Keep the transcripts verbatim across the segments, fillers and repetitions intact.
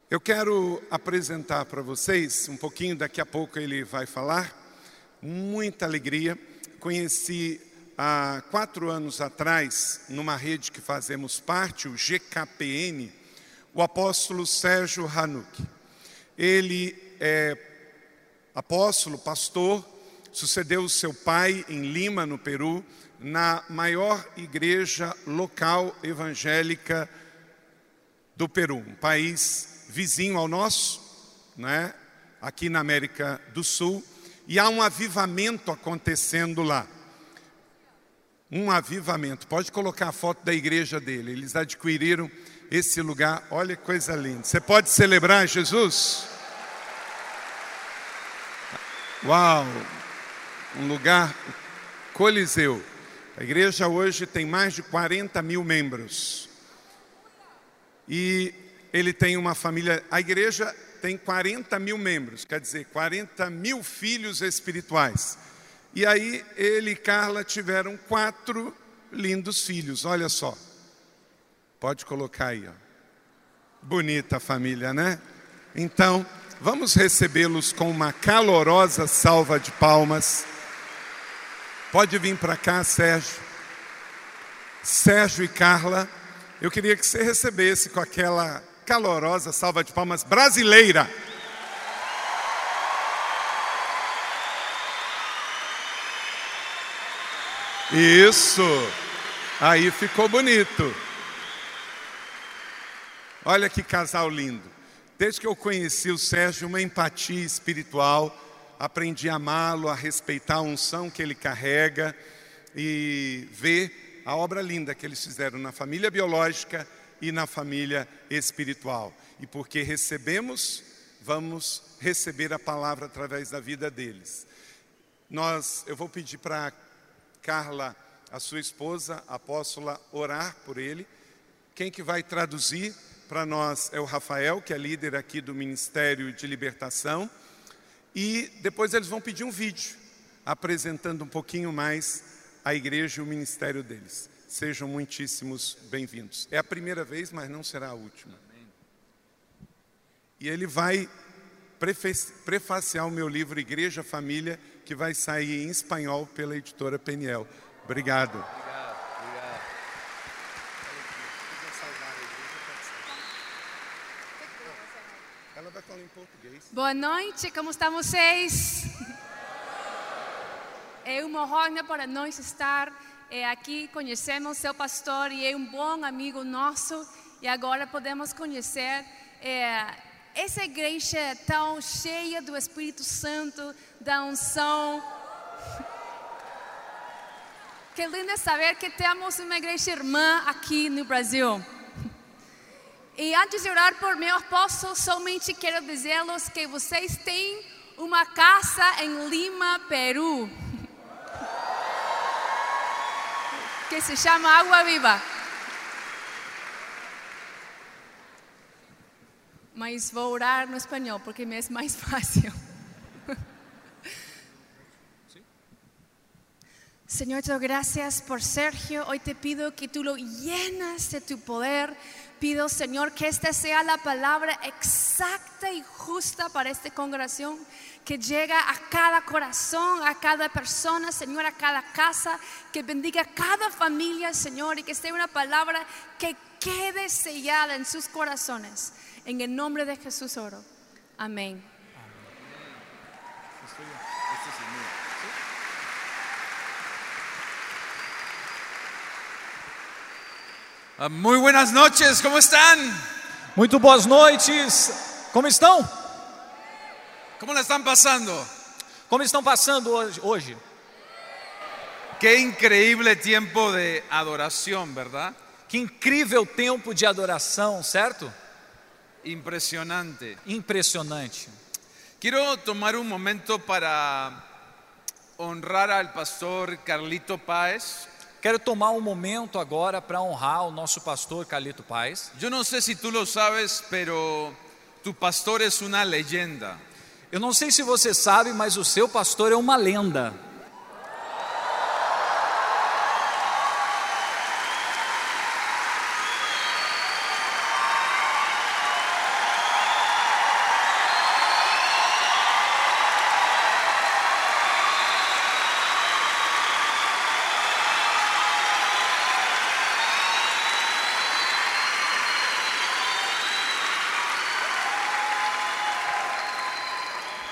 Eu quero apresentar para vocês, um pouquinho, daqui a pouco ele vai falar, muita alegria. Conheci há quatro anos atrás, numa rede que fazemos parte, o G K P N, o apóstolo Sérgio Hanuki. Ele é apóstolo, pastor, sucedeu o seu pai em Lima, no Peru, na maior igreja local evangélica do Peru, um país vizinho ao nosso, né? Aqui na América do Sul, e há um avivamento acontecendo lá. Um avivamento. Pode colocar a foto da igreja dele. Eles adquiriram esse lugar. Olha que coisa linda. Você pode celebrar Jesus? Uau! Um lugar coliseu. A igreja hoje tem mais de quarenta mil membros. E ele tem uma família, a igreja tem quarenta mil membros, quer dizer, quarenta mil filhos espirituais. E aí ele e Carla tiveram quatro lindos filhos, olha só. Pode colocar aí, ó. Bonita a família, né? Então, vamos recebê-los com uma calorosa salva de palmas. Pode vir para cá, Sérgio. Sérgio e Carla, eu queria que você recebesse com aquela calorosa salva de palmas brasileira. Isso. Aí ficou bonito. Olha que casal lindo. Desde que eu conheci o Sérgio, uma empatia espiritual, aprendi a amá-lo, a respeitar a unção que ele carrega e ver a obra linda que eles fizeram na família biológica e na família espiritual. E porque recebemos, vamos receber a palavra através da vida deles. Nós, eu vou pedir para Carla, a sua esposa, a apóstola, orar por ele. Quem que vai traduzir para nós é o Rafael, que é líder aqui do Ministério de Libertação. E depois eles vão pedir um vídeo, apresentando um pouquinho mais a igreja e o ministério deles. Sejam muitíssimos bem-vindos. É a primeira vez, mas não será a última. E ele vai prefaciar o meu livro Igreja Família, que vai sair em espanhol pela editora Peniel. Obrigado. Obrigado, obrigado. Ela vai falar em português. Boa noite, como estão vocês? É uma honra para nós estar É, aqui conhecemos seu pastor e é um bom amigo nosso, e agora podemos conhecer é, essa igreja tão cheia do Espírito Santo, da unção. Que lindo saber que temos uma igreja irmã aqui no Brasil. E antes de orar por meu apóstolo, somente quero dizer-los que vocês têm uma casa em Lima, Peru, que se chama Água Viva. Mas vou orar no espanhol porque me é mais fácil. Señor, te doy gracias por Sergio. Hoy te pido que tú lo llenas de tu poder. Pido, Señor, que esta sea la palabra exacta y justa para esta congregación, que llega a cada corazón, a cada persona, Señor, a cada casa, que bendiga a cada familia, Señor, y que sea una palabra que quede sellada en sus corazones. En el nombre de Jesús oro. Amén. Muy buenas noches, ¿cómo están? Muito boas noites. Como estão? ¿Cómo la están pasando? Como estão passando hoje? hoje? Qué increíble tiempo de adoración, ¿verdad? Que incrível tempo de adoração, certo? Impresionante. Impressionante. Quiero tomar un momento para honrar al pastor Carlito Páez. Quero tomar um momento agora para honrar o nosso pastor Carlito Páez. Yo no sé si tú lo sabes, pero tu pastor es una leyenda. Eu não sei se você sabe, mas o seu pastor é uma lenda.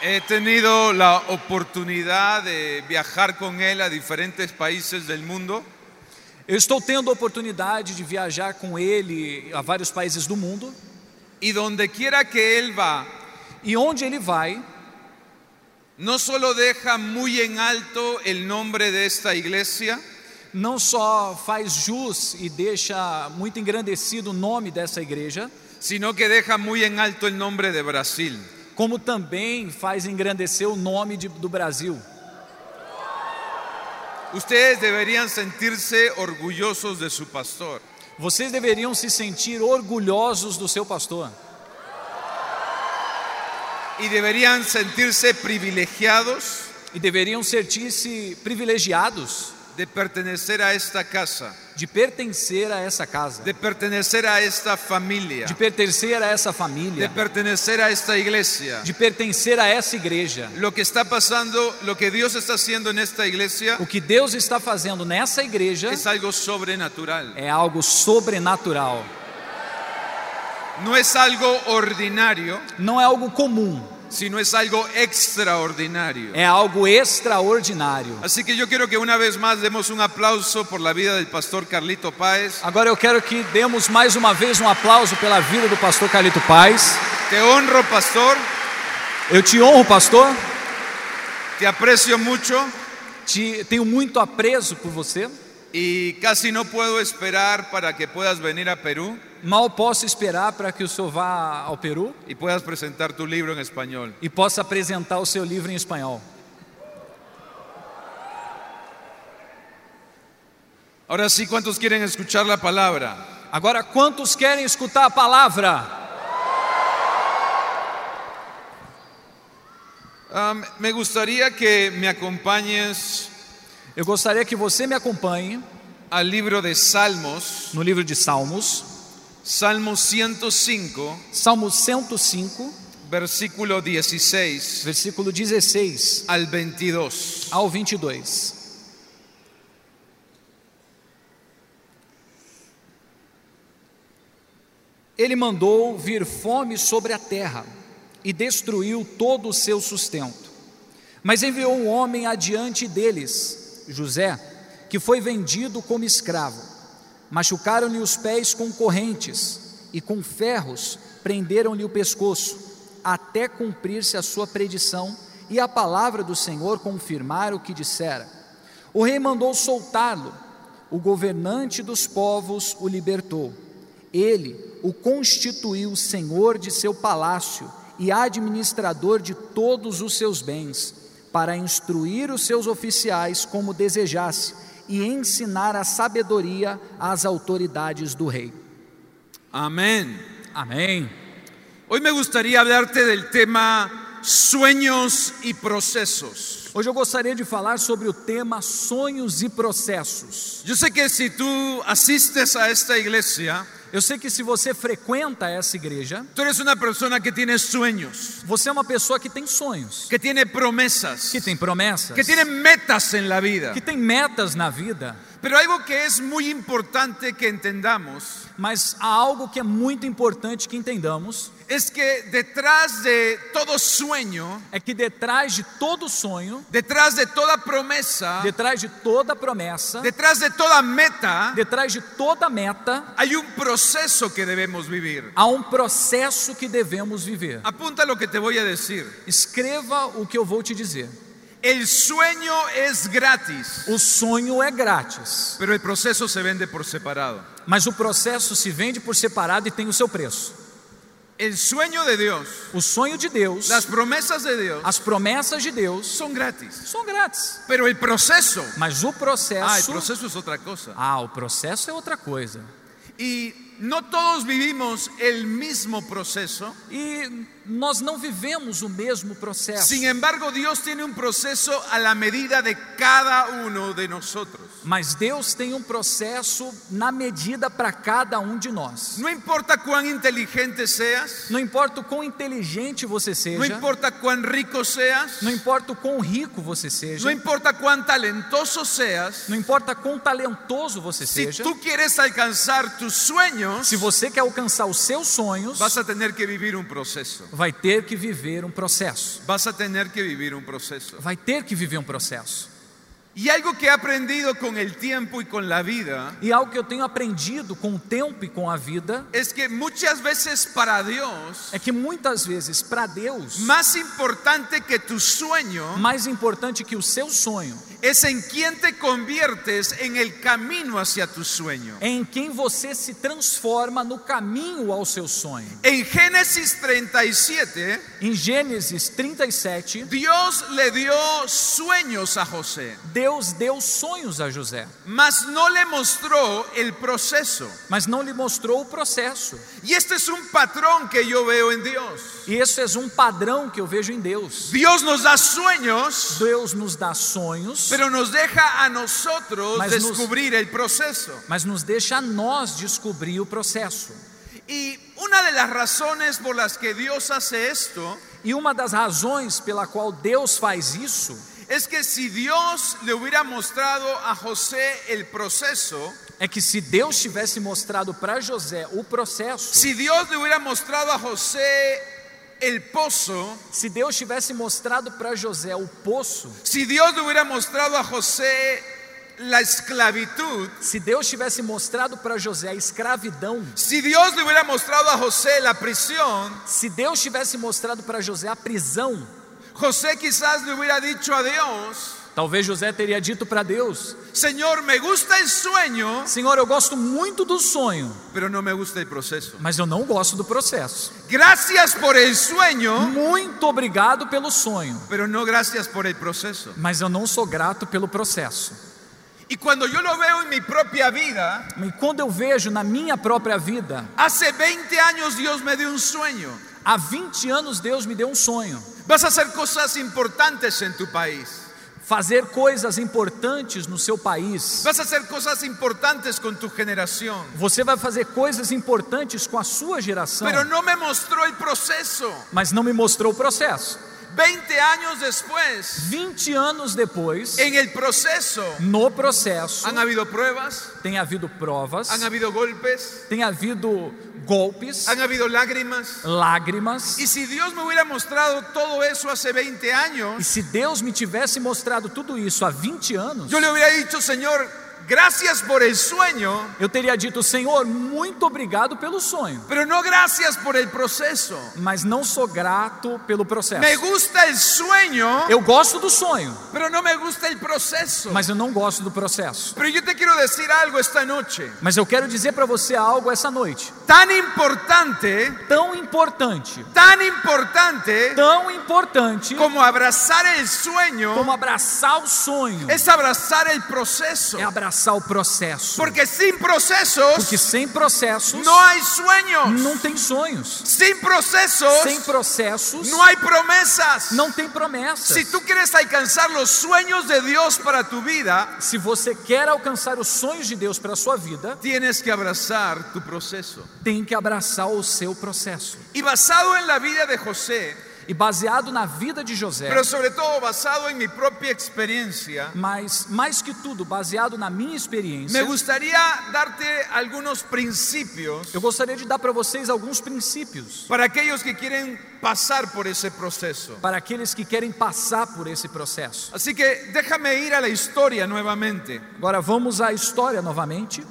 He tenido la oportunidad de viajar con él a diferentes países del mundo. Eu estou tendo a oportunidade de viajar com ele a vários países do mundo. Y donde quiera que él va, E onde ele vai, no solo deja muy en alto el nombre de esta iglesia, não só faz jus e deixa muito engrandecido o nome dessa igreja, sino que deja muy en alto el nombre de Brasil. como também faz engrandecer o nome de, do Brasil. Ustedes deberían sentirse orgullosos de su pastor. Vocês deveriam se sentir orgulhosos do seu pastor. Y deberían sentirse privilegiados E deveriam sentir-se privilegiados de pertenecer a esta casa, de pertencer a essa casa, de pertenecer a esta familia, de pertencer a essa de família, pertenecer a esta iglesia. de pertencer a essa igreja. Lo que está pasando, lo que Dios está haciendo en esta iglesia O que Deus está fazendo nessa igreja es algo sobrenatural. é algo sobrenatural. No es algo ordinario, Não é algo comum, sino es algo extraordinario. é algo extraordinário. Así que yo quiero que una vez más demos un aplauso por la vida del pastor Carlito Páez. Agora eu quero que demos mais uma vez um aplauso pela vida do pastor Carlito Páez. Te honro, pastor, Eu te honro, pastor. te aprecio mucho Te, tenho muito apreço por você. y casi no puedo esperar para que puedas venir a Perú Mal posso esperar para que o senhor vá ao Peru y puedas presentar tu libro en español. e possa apresentar o seu livro em espanhol. Ahora sí, ¿cuántos quieren escuchar la palabra? Agora, quantos querem escutar a palavra? Um, me gustaría que me acompañes Eu gostaria que você me acompanhe al libro de Salmos, no livro de Salmos, Salmo ciento cinco, Salmo cento e cinco, versículo dieciséis versículo dezesseis al veintidós. ao vinte e dois. Ele mandou vir fome sobre a terra e destruiu todo o seu sustento. Mas enviou um homem adiante deles, José, que foi vendido como escravo. Machucaram-lhe os pés com correntes e com ferros prenderam-lhe o pescoço, até cumprir-se a sua predição e a palavra do Senhor confirmar o que dissera. O rei mandou soltá-lo, o governante dos povos o libertou. Ele o constituiu senhor de seu palácio e administrador de todos os seus bens, para instruir os seus oficiais como desejasse e ensinar a sabedoria às autoridades do rei. Amén. Amém. Hoy me gustaría hablarte del tema sueños y procesos. Hoje eu gostaria de falar sobre o tema sonhos e processos. Yo sé que si tú asistes a esta iglesia, Eu sei que se você frequenta essa igreja, tú eres una persona que tiene sueños, você é uma pessoa que tem sonhos, que tiene promesas, que tem promessas, que tiene metas en la vida. que tem metas na vida. Pero algo que es muy importante que entendamos Mas há algo que é muito importante que entendamos, es que detrás de todo sueño, é que detrás de todo sonho, detrás de toda promesa, detrás de toda promessa, detrás de toda meta, detrás de toda meta, hay un proceso que debemos vivir. há um processo que devemos viver. Apunta lo que te voy a decir. Escreva o que eu vou te dizer. El sueño es gratis, O sonho é grátis, pero el proceso se vende por separado. mas o processo se vende por separado e tem o seu preço. El sueño de Dios, O sonho de Deus, las promesas de Dios as promessas de Deus son gratis, são grátis, pero el proceso, mas o ah, el processo, proceso es otra cosa. ah, o processo é outra coisa. Y no todos vivimos el mismo proceso. E nós não vivemos o mesmo processo. Sin embargo, Dios tiene un proceso a la medida de cada uno de nosotros. Mas Deus tem um processo na medida para cada um de nós. No importa cuán inteligente seas, Não importa o quão inteligente você no seja, importa cuán rico seas, não importa o quão rico você seja, no importa cuán talentoso seas, não importa quão talentoso você si seja, tú quieres alcanzar tus sueños, sueños, Se você quer alcançar os seus sonhos, vas a tener que vivir un proceso. vai ter que viver um processo. Vas a tener que vivir un proceso. Vai ter que viver um processo. Y algo que he aprendido con el tiempo y con la vida E algo que eu tenho aprendido com o tempo e com a vida es que muchas veces para Dios, é que muitas vezes para Deus, más importante que tu sueño mais importante que o seu sonho es en quién te conviertes en el camino hacia tu sueño. é em quem você se transforma no caminho ao seu sonho. En Génesis treinta y siete, Em Gênesis trinta e sete, Dios le dio sueños a José, Deus deu sonhos a José, mas no le mostró el proceso. mas não lhe mostrou o processo. Y este es un patrón que yo veo en Dios. E esse é um padrão que eu vejo em Deus. Dios nos da sueños, Deus nos dá sonhos, pero nos deja a nosotros Mas nos- descubrir el proceso. mas nos deixa a nós descobrir o processo. Y una de las razones por las que Dios hace esto E uma das razões pela qual Deus faz isso es que si Dios le hubiera mostrado a José el proceso, é que se Deus tivesse mostrado para José o processo, si Dios le hubiera mostrado a José el pozo, se Deus tivesse mostrado para José o poço, si Dios le hubiera mostrado a José la esclavitud, se Deus tivesse mostrado para José a escravidão, si Dios le hubiera mostrado a José la prisión, se Deus tivesse mostrado para José a prisão, José quizás le hubiera dicho a Dios: talvez José teria dito para Deus: Señor, me gusta el sueño, Senhor, eu gosto muito do sonho, pero no me gusta el proceso. mas eu não gosto do processo. Gracias por el sueño, Muito obrigado pelo sonho, pero no gracias por el proceso. mas eu não sou grato pelo processo. Y cuando yo lo veo en mi propia vida, E quando eu vejo na minha própria vida, hace veinte años Dios me dio un sueño. há vinte anos Deus me deu um sonho: Vas a hacer cosas importantes en tu país. fazer coisas importantes no seu país. Vas a hacer cosas importantes con tu generación. Você vai fazer coisas importantes com a sua geração, Pero no me mostró el proceso. mas não me mostrou o processo. veinte años después, vinte anos depois, en el proceso, no processo, han habido pruebas, tem havido provas, han habido golpes, tem havido golpes, han habido lágrimas. lágrimas. Y si Dios me hubiera mostrado todo eso hace veinte E años, se Deus me tivesse mostrado tudo isso há vinte anos, yo le hubiera dicho: Señor, gracias por el sueño, eu teria dito: Senhor, muito obrigado pelo sonho, pero no gracias por el proceso. mas não sou grato pelo processo. Me gusta el sueño, Eu gosto do sonho, pero no me gusta el proceso. mas eu não gosto do processo. Pero yo te quiero decir algo esta noche. Mas eu quero dizer para você algo essa noite. Tan importante, Tão importante, tan importante tão importante como abrazar el sueño como abraçar o sonho es abrazar el proceso. é abraçar o processo. Porque sin procesos Porque sem processos no hay sueños. não tem sonhos. Sin procesos Sem processos no hay promesas. não tem promessas. Si tú quieres alcanzar los sueños de Dios para tu vida, Se você quer alcançar os sonhos de Deus para a sua vida, tienes que abrazar tu proceso. tem que abraçar o seu processo. Y basado en la vida de José, E baseado na vida de José, pero sobre todo basado en mi propia experiencia, mas mais que tudo baseado na minha experiência, me gustaría darte algunos principios eu gostaria de dar para vocês alguns princípios para aquellos que quieren pasar por ese proceso. para aqueles que querem passar por esse processo. Así que déjame ir a la historia nuevamente. Agora vamos à história novamente.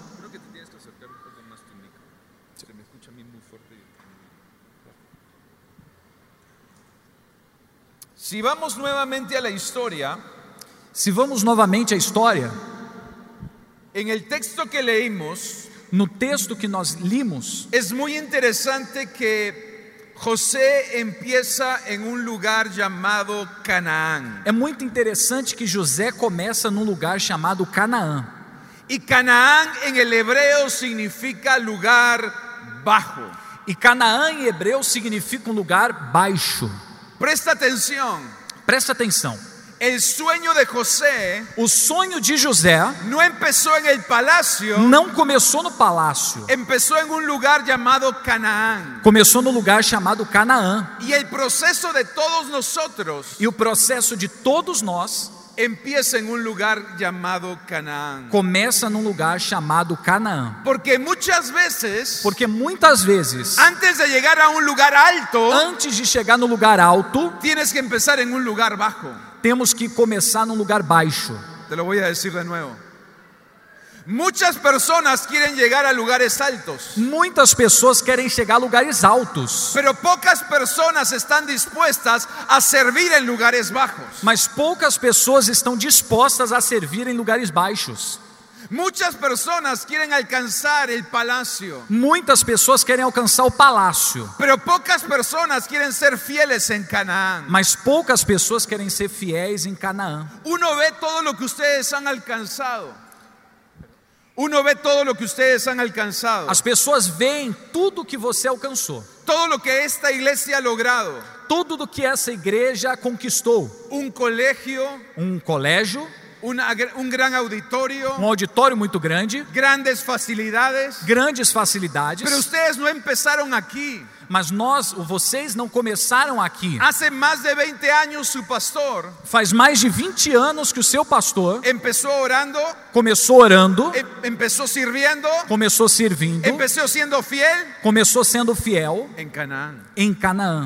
Si vamos nuevamente a la historia, Se vamos novamente à história, en el texto que leímos, no texto que nós limos, es muy interesante que José empieza en un lugar llamado Canaán. é muito interessante que José começa num lugar chamado Canaã. Y Canaán en el hebreo significa lugar bajo. E Canaã em hebreu significa um lugar baixo. Presta atención, Presta atenção. el sueño de José O sonho de José no empezó en el palacio, não começou no palácio, empezó en un lugar llamado Canaán. começou no lugar chamado Canaã. Y el proceso de todos nosotros E o processo de todos nós empieza en un lugar llamado Canaán. Começa num lugar chamado Canaã. Porque muchas veces, Porque muitas vezes, antes de llegar a un lugar alto, antes de chegar no lugar alto, tienes que empezar en un lugar bajo. temos que começar num lugar baixo. Te lo voy a decir de nuevo. Muchas personas quieren llegar a lugares altos, Muitas pessoas querem chegar a lugares altos, pero pocas personas están dispuestas a servir en lugares bajos. mas poucas pessoas estão dispostas a servir em lugares baixos. Muchas personas quieren alcanzar el palacio, Muitas pessoas querem alcançar o palácio, pero pocas personas quieren ser fieles en Canaán. mas poucas pessoas querem ser fiéis em Canaã. Uno ve todo lo que ustedes han alcanzado. Uno ve todo lo que ustedes han alcanzado. As pessoas veem tudo que você alcançou, Todo lo que esta iglesia ha logrado. tudo do que essa igreja conquistou. Un colegio, Um colégio, una- un gran auditorio, um auditório muito grande, grandes facilidades. grandes facilidades. Pero ustedes no empezaron aquí. Mas nós, vocês não começaram aqui. Hace más de veinte años su pastor Faz mais de vinte anos que o seu pastor empezó orando, começou orando, em- empezó sirviendo, começou servindo, empezó siendo fiel começou sendo fiel en Canaán. em Canaã.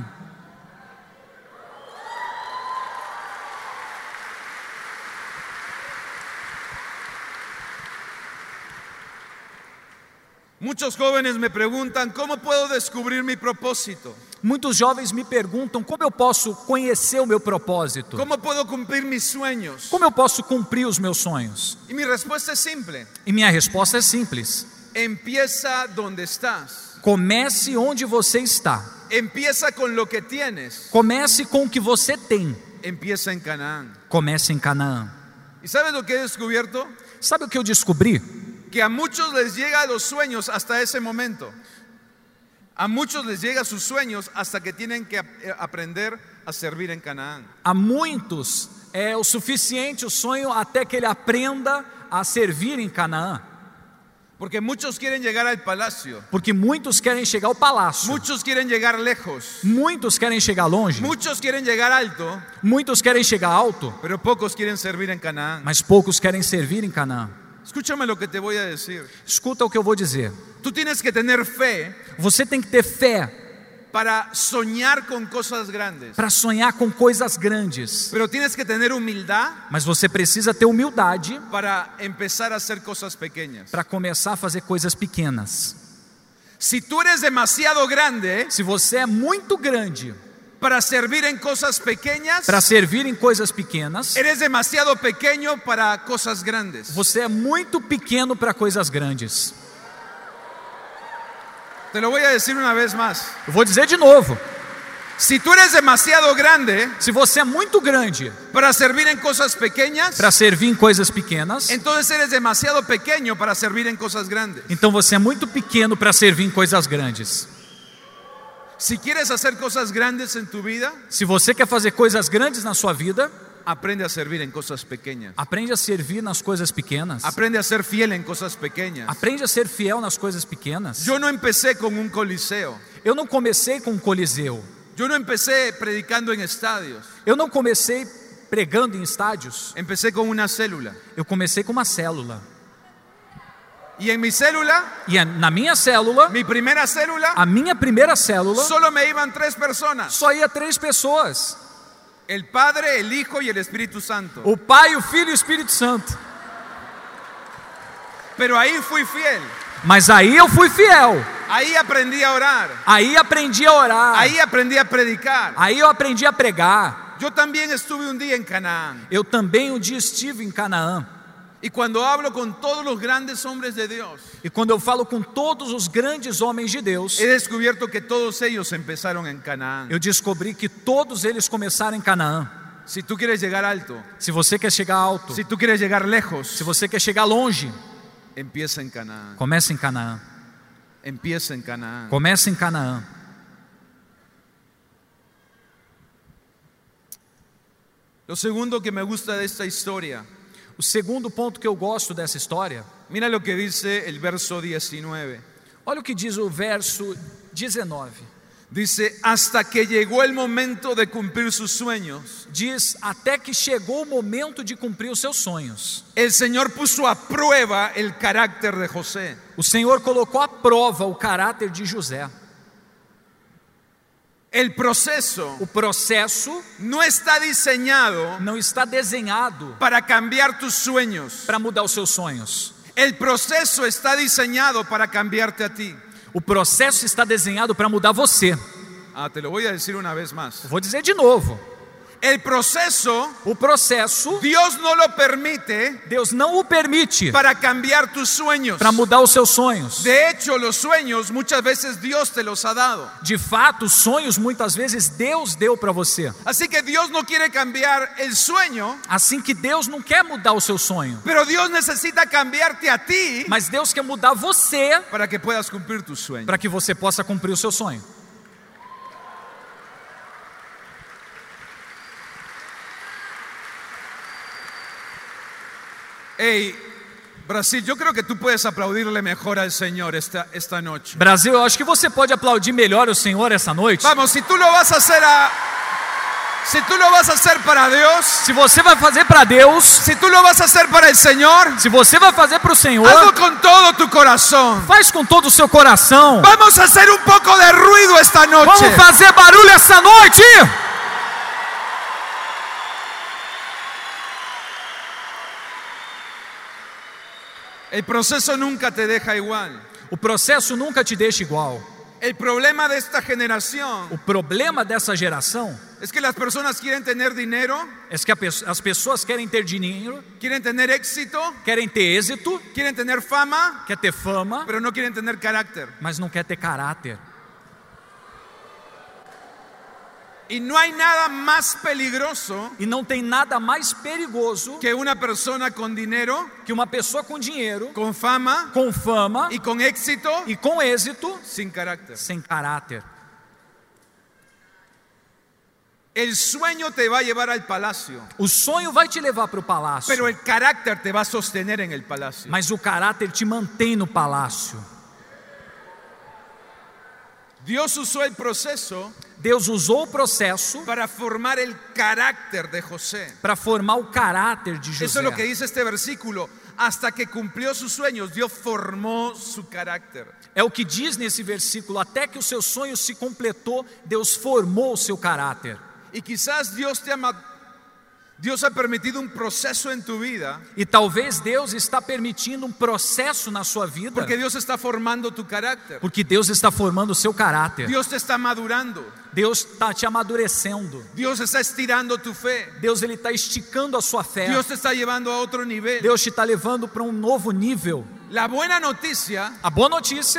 Muchos jóvenes me preguntan, ¿cómo puedo descubrir mi propósito? Muitos jovens me perguntam como eu posso conhecer o meu propósito, ¿Cómo puedo cumplir mis sueños? como eu posso cumprir os meus sonhos. Y mi respuesta es simple. E minha resposta é simples: Empieza donde estás. comece onde você está, Empieza con lo que tienes. comece com o que você tem, Empieza en Canaán. comece em Canaã. ¿Y sabes lo que he descubierto? Sabe o que eu descobri? Que a muchos les llega los sueños hasta ese momento. A muchos les llega sus sueños hasta que tienen que ap- aprender a servir en Canaán. A muitos é o suficiente o sonho até que ele aprenda a servir em Canaã, Porque muchos quieren llegar al palacio. porque muitos querem chegar ao palácio, Muchos quieren llegar lejos. muitos querem chegar longe, Muchos quieren llegar alto, muitos querem chegar alto, pero pocos quieren servir en Canaán. mas poucos querem servir em Canaã. Escúchame lo que te voy a decir. Escuta o que eu vou dizer. Tú tienes que tener fe Você tem que ter fé para soñar con cosas grandes. para sonhar com coisas grandes, Pero tienes que tener humildad mas você precisa ter humildade para empezar a hacer cosas pequeñas. para começar a fazer coisas pequenas. Si tú eres demasiado grande Se você é muito grande para servir en cosas pequeñas, para servir em coisas pequenas, eres demasiado pequeño para cosas grandes. você é muito pequeno para coisas grandes. Te lo voy a decir una vez más. Eu vou dizer de novo: Si tú eres demasiado grande se você é muito grande para servir en cosas pequeñas, para servir em coisas pequenas, entonces eres demasiado pequeño para servir en cosas grandes. então você é muito pequeno para servir em coisas grandes. Si quieres hacer cosas grandes en tu vida, Se você quer fazer coisas grandes na sua vida, aprende a servir en cosas pequeñas. aprende a servir nas coisas pequenas. Aprende a ser fiel en cosas pequeñas. Aprende a ser fiel nas coisas pequenas. Yo no empecé con un coliseo. Eu não comecei com um coliseu. Yo no empecé predicando en estadios. Eu não comecei pregando em estádios. Empecé con una célula. Eu comecei com uma célula. Y en mi célula, E a- na minha célula, mi primera célula, a minha primeira célula, solo me iban tres personas. só ia três pessoas: El Padre, el Hijo y el Espíritu Santo. o Pai, o Filho e o Espírito Santo. Pero ahí fui fiel. Mas aí eu fui fiel. Ahí aprendí a orar. Aí aprendi a orar. Ahí aprendí a predicar. Aí eu aprendi a pregar. Yo también estuve un día en Canaán. Eu também um dia estive em Canaã. Y cuando hablo con todos los grandes hombres de Dios, E quando eu falo com todos os grandes homens de Deus, he descubierto que todos ellos empezaron en Canaán. eu descobri que todos eles começaram em Canaã. Si tú quieres llegar alto, Se você quer chegar alto, si tú quieres llegar lejos, se você quer chegar longe, empieza en Canaán. comece em Canaã. Empieza en Canaán. Comece em Canaã. Lo segundo que me gusta de esta historia, O segundo ponto que eu gosto dessa história, mira lo que dice el verso diecinueve. olha o que diz o verso dezenove. Dice, hasta que llegó el momento de cumplir sus sueños, Diz, até que chegou o momento de cumprir os seus sonhos. el Señor puso a prueba el carácter de José. O Senhor colocou à prova o caráter de José. El proceso O processo no está diseñado não está desenhado para cambiar tus sueños. para mudar os seus sonhos. El proceso está diseñado para cambiarte a ti. O processo está desenhado para mudar você. Ah, te lo voy a decir una vez más. Vou dizer de novo. El proceso, O processo, Dios no lo permite Deus não o permite para cambiar tus sueños. para mudar os seus sonhos. De hecho, los sueños muchas veces Dios te los ha dado. De fato, os sonhos muitas vezes Deus deu para você. Así que Dios no quiere cambiar el sueño, Assim que Deus não quer mudar o seu sonho, pero Dios necesita cambiarte a ti mas Deus quer mudar você para que puedas cumplir tus sueños. para que você possa cumprir o seu sonho. Hey, Brasil, yo creo que tú puedes aplaudirle mejor al Señor esta, esta noche. Brasil, eu acho que você pode aplaudir melhor o Senhor essa noite. Vamos, si tú lo vas a hacer a, si tú lo vas a hacer para Dios, Se você vai fazer para Deus, si tú lo vas a hacer para el Señor, se você vai fazer para o Senhor, hazlo con todo tu corazón. faz com todo o seu coração. Vamos a hacer un poco de ruido esta noche. Vamos fazer barulho essa noite. El proceso nunca te deja igual. O processo nunca te deixa igual. El problema de esta generación O problema dessa geração es que las personas quieren tener dinero, é que a pe- as pessoas querem ter dinheiro, quieren tener éxito, querem ter êxito, quieren tener fama, quer ter fama, pero no quieren tener carácter. mas não quer ter caráter. Y no hay nada más peligroso E não tem nada mais perigoso que una persona con dinero, que uma pessoa com dinheiro, con fama com fama y con éxito e com êxito, sin carácter. sem caráter. El sueño te va a llevar al palacio, O sonho vai te levar para o palácio, pero el carácter te va a sostener en el palacio. mas o caráter te mantém no palácio. Dios usó el proceso Deus usou o processo para formar el carácter de José. para formar o caráter de Eso José. es lo que dice este versículo. Hasta que cumplió sus sueños, Dios formó su carácter. É o que diz nesse versículo: até que o seu sonho se completou, Deus formou o seu caráter. Y quizás Dios te ama, Dios ha permitido un proceso en tu vida, E talvez Deus está permitindo um processo na sua vida, porque Dios está formando tu carácter. porque Deus está formando o seu caráter. Dios te está madurando. Deus está te amadurecendo. Dios está estirando tu fe. Deus ele está esticando a sua fé. Dios te está llevando a otro nivel. Deus te está levando para um novo nível. La buena noticia A boa notícia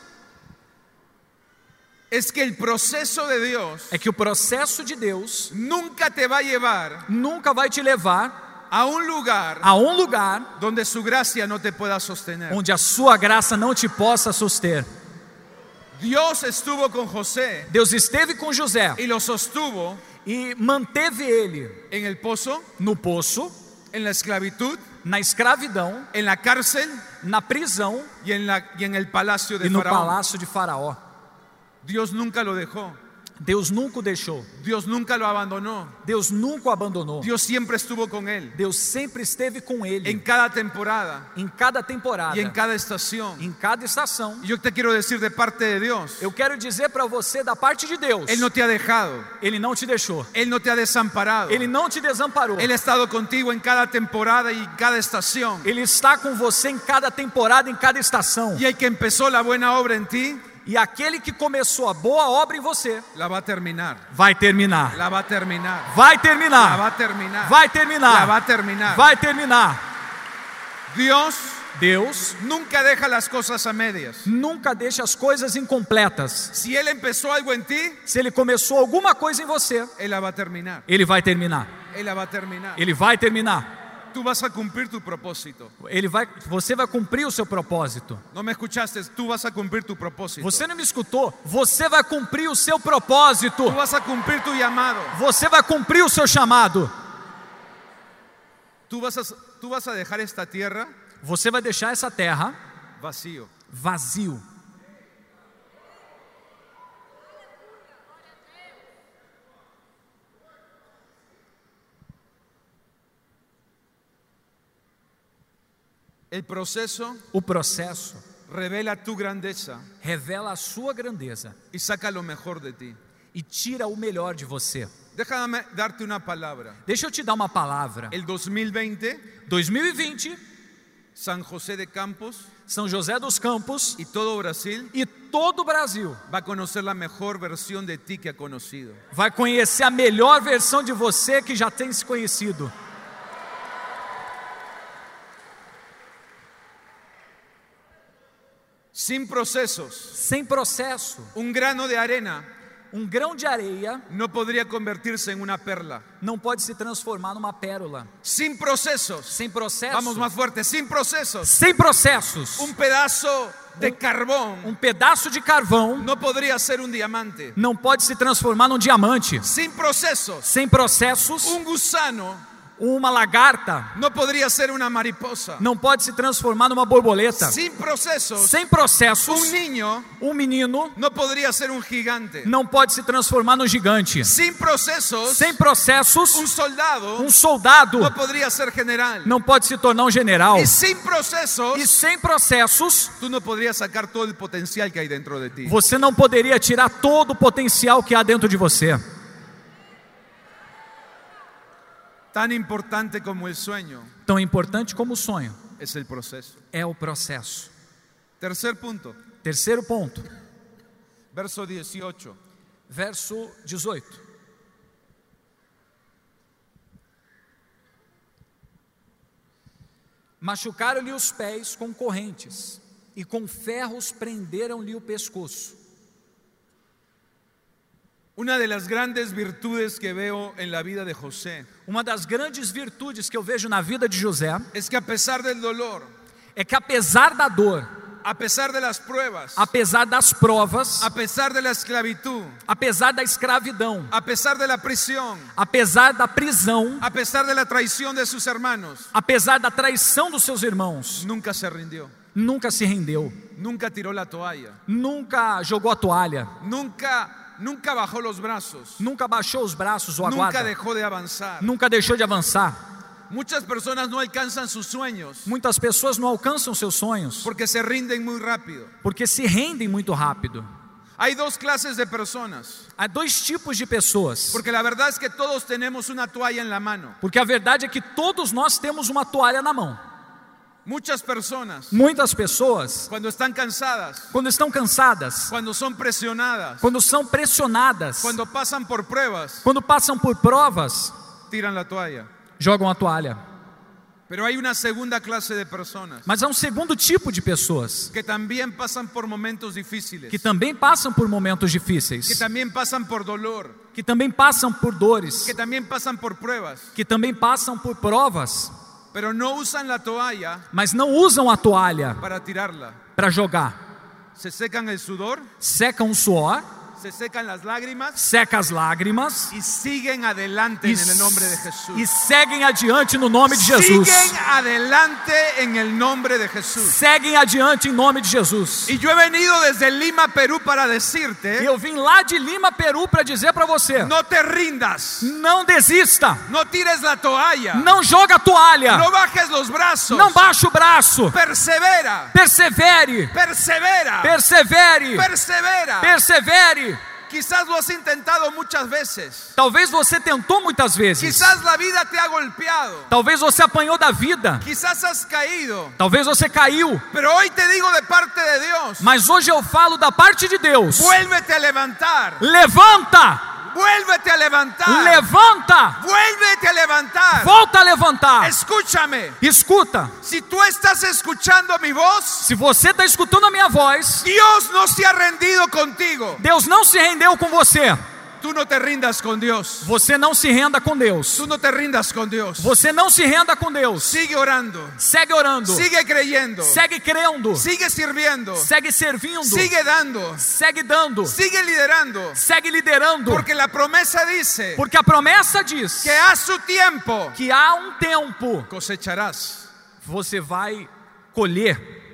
es que el proceso de Dios é que o processo de Deus nunca te va a llevar nunca vai te levar a un lugar a um lugar donde su gracia no te pueda sostener. onde a sua graça não te possa suster. Dios estuvo con José Deus esteve com José y lo sostuvo e manteve ele en el pozo, no poço, en la esclavitud, na escravidão, en la cárcel na prisão y en, la, y en el palacio de e no Faraón. palácio de Faraó. Dios nunca lo dejó. Deus nunca o deixou. Dios nunca lo abandonó. Deus nunca o abandonou. Dios siempre estuvo con él. Deus sempre esteve com ele En cada temporada em cada temporada, y en cada estación. em cada estação. Y yo te quiero decir de parte de Dios, Eu quero dizer para você da parte de Deus, Él no te ha dejado. Ele não te deixou. Él no te ha desamparado. Ele não te desamparou. Él ha estado contigo en cada temporada y en cada estación. Ele está com você em cada temporada, em cada estação. Y el que empezó la buena obra en ti, E aquele que começou a boa obra em você, la va a terminar. vai terminar. La va a terminar. Vai La va terminar. a terminar. Vai La va terminar. a terminar. Vai terminar. Dios Deus nunca deja las cosas a medias. nunca deixa as coisas incompletas. Si Él empezó algo en ti, Se Ele começou alguma coisa em você, Él la va a terminar. Ele vai terminar. Él la va a terminar. Ele vai terminar. Tú vas a cumplir tu propósito. Ele vai, você vai cumprir o seu propósito. No me escuchaste, tú vas a cumplir tu propósito. Você não me escutou? Você vai cumprir o seu propósito. Tú vas a cumplir tu llamado. Você vai cumprir o seu chamado. Tú vas a, tú vas a dejar esta tierra Você vai deixar essa terra vacío. vazio. El proceso O processo revela tu grandeza revela a sua grandeza y saca lo mejor de ti. e tira o melhor de você. Déjame darte una palabra. Deixa eu te dar uma palavra. El dos mil veinte, dois mil e vinte, San José de Campos São José dos Campos y todo Brasil e todo o Brasil va a conocer la mejor versión de ti que ha conocido. vai conhecer a melhor versão de você que já tem se conhecido. Sin procesos, Sem processo, un grano de arena um grão de areia no podría convertirse en una perla. não pode se transformar numa pérola. Sin procesos, Sem processo, vamos más fuerte, sin procesos, sem processos, un pedazo de carbón um pedaço de carvão no podría ser un diamante. não pode se transformar num diamante. Sin procesos, Sem processos, un gusano uma lagarta no podría ser una mariposa. não pode se transformar numa borboleta. Sin procesos, Sem processos, un niño um menino no podría ser un gigante. não pode se transformar num gigante. Sin procesos, Sem processos, un soldado um soldado no podría ser general. não pode se tornar um general. Y sin procesos, E sem processos, tú no podrías sacar todo el potencial que hay dentro de ti. você não poderia tirar todo o potencial que há dentro de você. Tan importante como el sueño Tão importante como o sonho es el proceso. é o processo. Tercer punto, Terceiro ponto, verso dieciocho. verso dezoito. Machucaram-lhe os pés com correntes e com ferros prenderam-lhe o pescoço. Una de las grandes virtudes que veo en la vida de José Uma das grandes virtudes que eu vejo na vida de José es que a pesar del dolor, é que apesar da dor, a pesar de las pruebas, apesar das provas, a pesar de la esclavitud, apesar da escravidão, a pesar de la prisión, apesar da prisão, a pesar de la traición de sus hermanos, apesar da traição dos seus irmãos, nunca se rindió, nunca se rendeu, nunca tiró la toalla, nunca jogou a toalha, nunca, nunca bajó los brazos, nunca baixou os braços ou a nunca guarda, dejó de avanzar. nunca deixou de avançar. Muchas personas no alcanzan sus sueños Muitas pessoas não alcançam seus sonhos porque se rinden muy rápido. porque se rendem muito rápido. Hay dos clases de personas, Há dois tipos de pessoas, porque la verdad es que todos tenemos una toalla en la mano. porque a verdade é que todos nós temos uma toalha na mão. Muchas personas, Muitas pessoas, cuando están cansadas, quando estão cansadas, cuando son presionadas, quando são pressionadas, cuando pasan por pruebas, quando passam por provas, tiran la toalla. jogam a toalha. Pero hay una segunda clase de personas Mas há um segundo tipo de pessoas que también pasan por momentos difíciles, que também passam por momentos difíceis, que también pasan por dolor, que também passam por dores, que también pasan por pruebas, que também passam por provas, pero no usan la toalla mas não usam a toalha para tirarla. para jogar. Se secan el sudor, Secam o suor, se secan las lágrimas seca as lágrimas y siguen adelante e, en el nombre de Jesús. e seguem adiante no nome de Jesus. Siguen adelante en el nombre de Jesús. Seguem adiante em nome de Jesus. Y yo he venido desde Lima, Perú, para E decirte: eu vim lá de Lima, Peru, para dizer para você: no te rindas, não desista, no tires la toalla, não joga a toalha, no bajes los brazos, não baixe o braço, persevera, persevere, persevera, persevere, persevera. persevere. Quizás lo has intentado muchas veces, Talvez você tentou muitas vezes, quizás la vida te ha golpeado, talvez você apanhou da vida, quizás has caído, talvez você caiu, pero hoy te digo de parte de Dios: mas hoje eu falo da parte de Deus. vuélvete a levantar, Levanta, vuélvete a levantar, levanta, vuélvete a levantar. volta a levantar. Escúchame, Escuta, si tú estás escuchando mi voz, se você está escutando a minha voz, Dios no se ha rendido contigo. Deus não se rendeu com você. Tú no te rindas con Dios. Você não se renda com Deus. Tú no te rindas con Dios. Você não se renda com Deus. Sigue orando, Segue orando, sigue creyendo, segue crendo, sigue sirviendo, segue servindo, sigue dando, segue dando, sigue liderando, segue liderando, porque la promesa dice porque a promessa diz que a su tiempo que há um tempo cosecharás você vai colher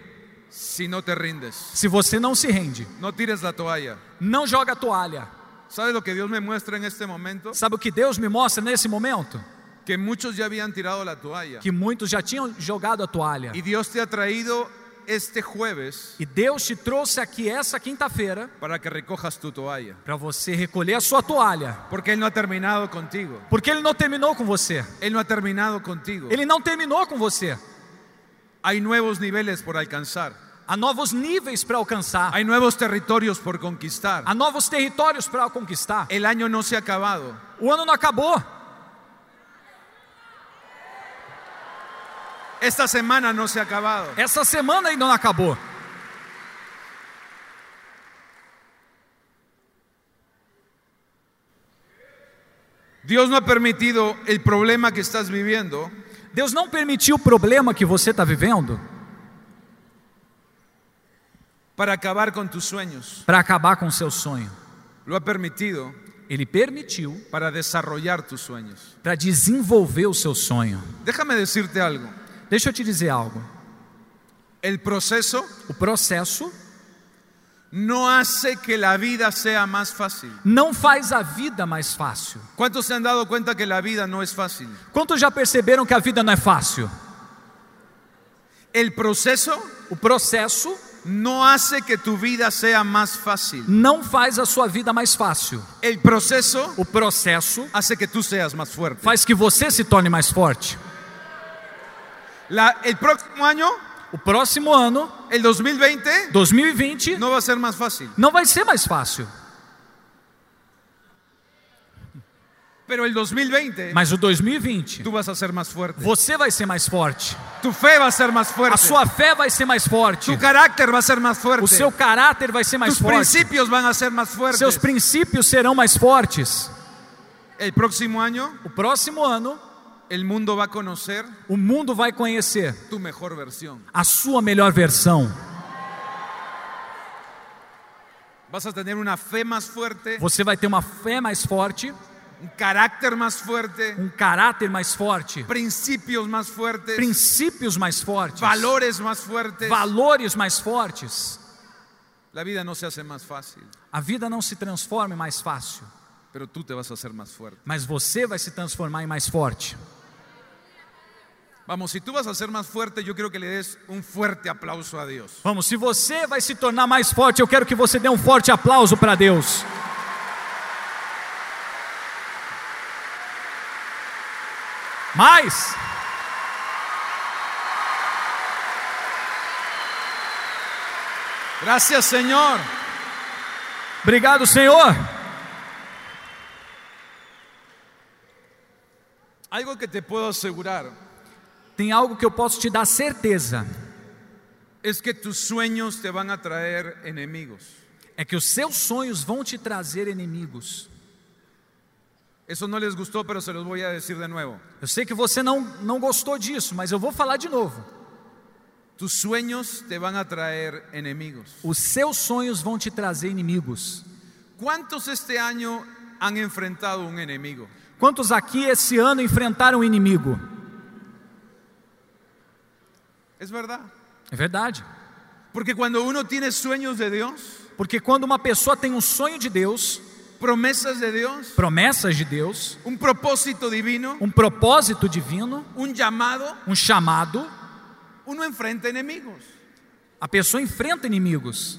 si no te rindes. se você não se rende. No tires la toalla. Não joga a toalha. ¿Sabes lo que Dios me muestra en este momento? Sabe o que Deus me mostra nesse momento? que muchos ya habían tirado la toalla. que muitos já tinham jogado a toalha. Y Dios te ha traído este jueves E Deus te trouxe aqui essa quinta-feira para que recojas tu toalla. para você recolher a sua toalha. Porque Él no ha terminado contigo. Porque Ele não terminou com você. Él no ha terminado contigo. Ele não terminou com você. Hay nuevos niveles por alcanzar. Há novos níveis para alcançar. Hay nuevos territorios por conquistar. Há novos territórios para conquistar. El año no se ha acabado. O ano não acabou. Esta semana no se ha acabado. Essa semana ainda não acabou. Dios no ha permitido el problema que estás viviendo Deus não permitiu o problema que você está vivendo para acabar con tus sueños. para acabar com o seu sonho. Lo ha permitido Ele permitiu para desarrollar tus sueños. para desenvolver o seu sonho. Déjame decirte algo. Deixa eu te dizer algo. El proceso O processo no hace que la vida sea más fácil. não faz a vida mais fácil. ¿Cuántos se han dado cuenta que la vida no es fácil? Quantos já perceberam que a vida não é fácil? El proceso O processo no hace que tu vida sea más fácil. não faz a sua vida mais fácil. El proceso O processo hace que tú seas más fuerte. faz que você se torne mais forte. La- el próximo año, O próximo ano, el dos mil veinte, dois mil e vinte, no va a ser más fácil. não vai ser mais fácil. Pero el dos mil veinte, Mas o dois mil e vinte, tú vas a ser más fuerte. você vai ser mais forte. Tu fe va a ser más A fuerte. sua fé vai ser mais forte. Tu carácter va a ser más fuerte. O seu caráter vai ser mais Tus forte. principios van a ser más fuertes. Seus princípios serão mais fortes. El próximo año, O próximo ano, el mundo va a conocer o mundo vai conhecer tu mejor versión. a sua melhor versão. Vas a tener una fe más fuerte, Você vai ter uma fé mais forte, un carácter más fuerte, um caráter mais forte, principios más fuertes, princípios mais fortes, valores más fuertes. valores mais fortes. La vida no se hace más fácil, A vida não se transforma em mais fácil, pero tú te vas a hacer más fuerte. mas você vai se transformar em mais forte. Vamos, si tú vas a ser más fuerte, yo quiero que le des un fuerte aplauso a Dios. Vamos, se você vai se tornar mais forte, eu quero que você dê um forte aplauso para Deus. Mais. Gracias, Señor. Obrigado, Senhor. Algo que te puedo asegurar Tem algo que eu posso te dar certeza, es que tus sueños te van a traer enemigos. é que os seus sonhos vão te trazer inimigos. Eso no les gustó, pero se los voy a decir de nuevo. Eu sei que você não, não gostou disso, mas eu vou falar de novo. Tus sueños te van a traer enemigos. Os seus sonhos vão te trazer inimigos. ¿Cuántos este año han enfrentado un enemigo? Quantos aqui esse ano enfrentaram um inimigo? Es verdad. É verdade. Porque cuando uno tiene sueños de Dios, Porque quando uma pessoa tem um sonho de Deus, promesas de Dios, promessas de Deus, un propósito divino, um propósito divino, un llamado, um chamado, uno enfrenta enemigos. a pessoa enfrenta inimigos.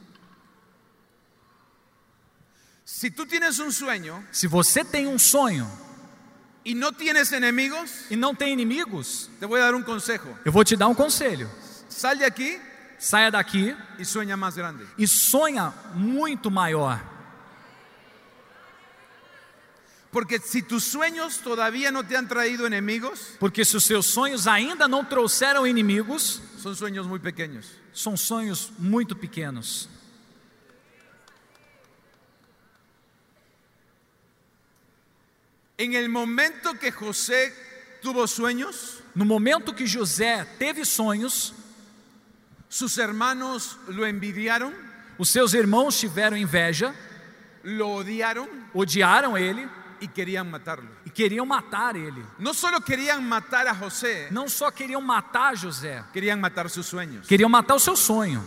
Si tú tienes un sueño Se você tem um sonho y no tienes enemigos, e não tem inimigos, te voy a dar un consejo. eu vou te dar um conselho. Sal de aquí Saia daqui y sueña más grande. e sonha muito maior. Porque si tus sueños todavía no te han traído enemigos, Porque se os seus sonhos ainda não trouxeram inimigos, son sueños muy pequeños. são sonhos muito pequenos. En el momento que José tuvo sueños, No momento que José teve sonhos, sus hermanos lo envidiaron, os seus irmãos tiveram inveja, lo odiaron odiaram ele y querían matarlo. e queriam matar ele. No solo querían matar a José, Não só queriam matar José, querían matar sus sueños. queriam matar o seu sonho.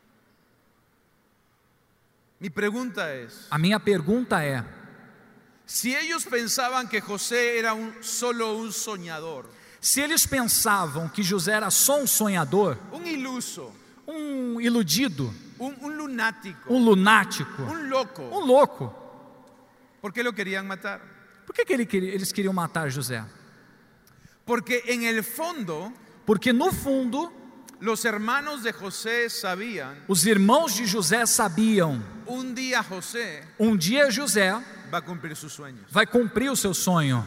Mi pregunta es, A minha pergunta é: Si ellos pensaban que José era un, solo un soñador, Se eles pensavam que José era só um sonhador, un iluso, um iludido, un, un lunático, um lunático, un loco, um louco, ¿por qué lo querían matar? por que, que ele queria- eles queriam matar José? Porque en el fondo Porque no fundo, los hermanos de José sabían, os irmãos de José sabiam, un día José um dia José va a cumplir sus sueños. vai cumprir o seu sonho.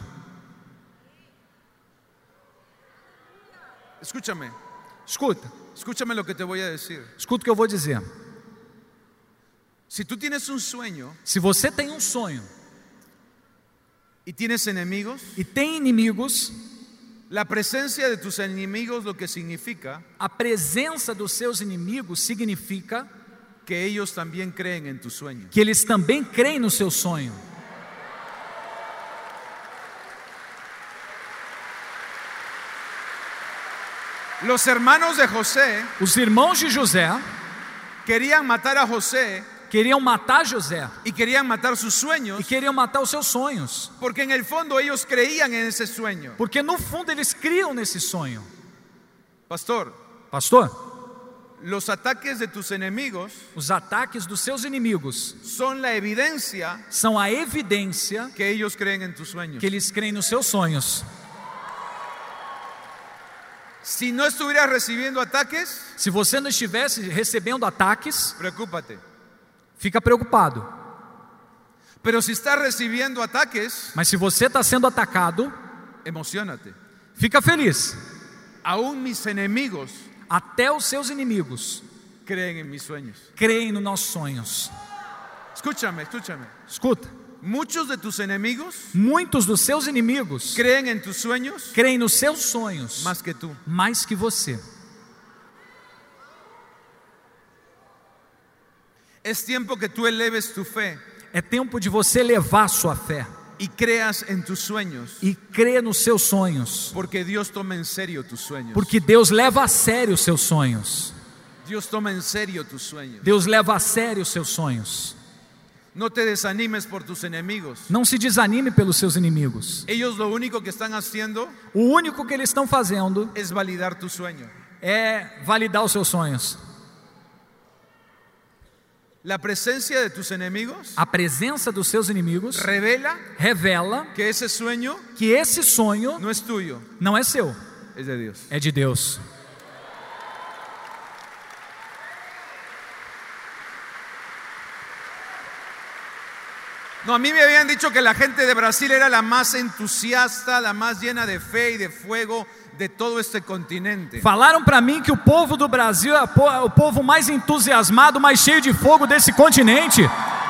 Escúchame, Escuta, escúchame lo que te voy a decir. escuta o que eu vou dizer. Si tú tienes un sueño Se você tem um sonho y tienes enemigos, e tem inimigos, la presencia de tus enemigos lo que significa a presença dos seus inimigos significa que ellos también creen en tu sueño. que eles também creem no seu sonho. Los hermanos de José Os irmãos de José querían matar a José queriam matar José y querían matar sus e sueños queriam matar os seus sonhos, porque en el fondo ellos creían en ese sueño. porque no fundo eles criam nesse sonho. Pastor, Pastor, los ataques de tus enemigos os ataques dos seus inimigos son la evidencia são a evidência que ellos creen en tus sueños. que eles creem nos seus sonhos. Si no estuvieras recibiendo ataques, Se você não estivesse recebendo ataques, preocúpate. fica preocupado. Pero si estás recibiendo ataques, Mas se você está sendo atacado, emocionate. fica feliz. Aún mis enemigos Até os seus inimigos creen en mis sueños. creem nos nossos sonhos. Escúchame, escúchame. Escuta, Muchos de tus enemigos muitos dos seus inimigos creen en tus sueños creem nos seus sonhos más que tú. mais que você. Es tiempo que tú eleves tu fe É tempo de você levar sua fé y creas en tus sueños, e crer nos seus sonhos, porque Dios toma en serio tus sueños. porque Deus leva a sério os seus sonhos. Dios toma en serio tus sueños. Deus leva a sério os seus sonhos. No te desanimes por tus enemigos. Não se desanime pelos seus inimigos. Ellos lo único que están haciendo O único que eles estão fazendo es validar tu sueño. é validar os seus sonhos. La presencia de tus enemigos A presença dos seus inimigos revela revela que ese sueño que esse sonho no es tuyo, não é seu, es de Dios. é de Deus. No, a mí me habían dicho que la gente de Brasil era la más entusiasta, la más llena de fe y de fuego de todo este continente. Falaram para mim que o povo do Brasil é o povo mais entusiasmado, mais cheio de fogo desse continente.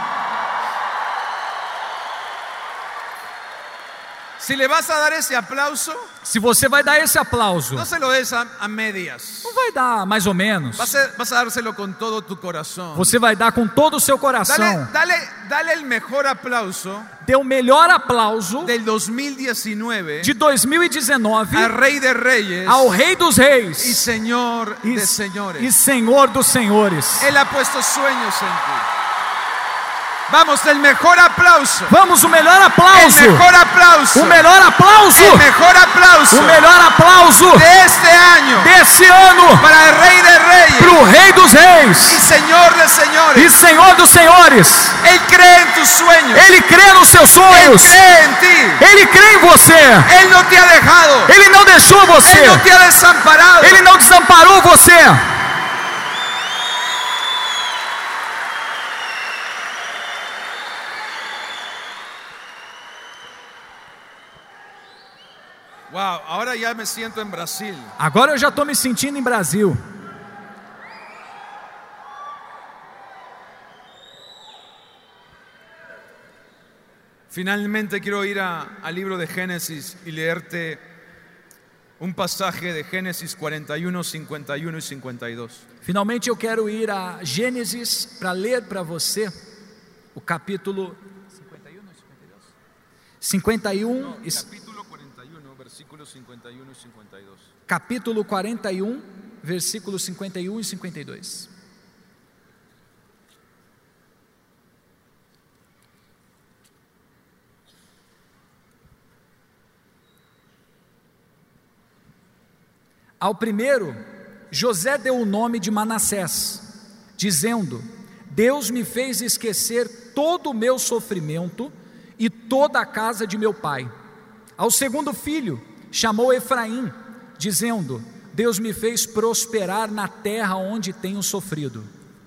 Si le vas a dar esse aplauso, Se você vai dar esse aplauso, no se lo des a, a medias. não vai dar mais ou menos. Vas a, vas a dárselo con todo tu corazón. Você vai dar com todo o seu coração. Dale, dale, dale el mejor aplauso Dê o melhor aplauso del dos mil diecinueve de dois mil e dezenove al Rey de Reyes ao Rei dos y Reis Señor e, de Señores. e Senhor dos Senhores. Él ha puesto sueños en ti. Vamos, el mejor aplauso. Vamos, o melhor El aplauso. mejor aplauso. O melhor aplauso. El mejor aplauso O melhor aplauso de este año desse ano para el Rey de Reyes para o Rei dos y Reis Señor de e Señores. Senhor dos Senhores. Él cree en tus sueños. Ele crê nos seus Él sonhos. cree en ti. Ele crê em você. Él no te ha dejado. Ele não deixou você. Él no te ha desamparado. Ele não desamparou você. Wow, ahora ya me siento en Brasil. Agora eu já estou me sentindo em Brasil. Finalmente quiero ir a- al libro de Génesis y leerte un pasaje de Génesis cuarenta y uno, cincuenta y uno y cincuenta y dos. Finalmente eu quero ir a Gênesis para ler para você o capítulo cinquenta e um e Capítulo cuarenta y uno, versículos cincuenta y uno y cincuenta y dos. capítulo quarenta e um, versículos cinquenta e um e cinquenta e dois. Ao primeiro, José deu o nome de Manassés, dizendo: Deus me fez esquecer todo o meu sofrimento e toda a casa de meu pai. Ao segundo filho, chamou Efraim, dizendo: Deus me fez prosperar na terra onde tenho sofrido.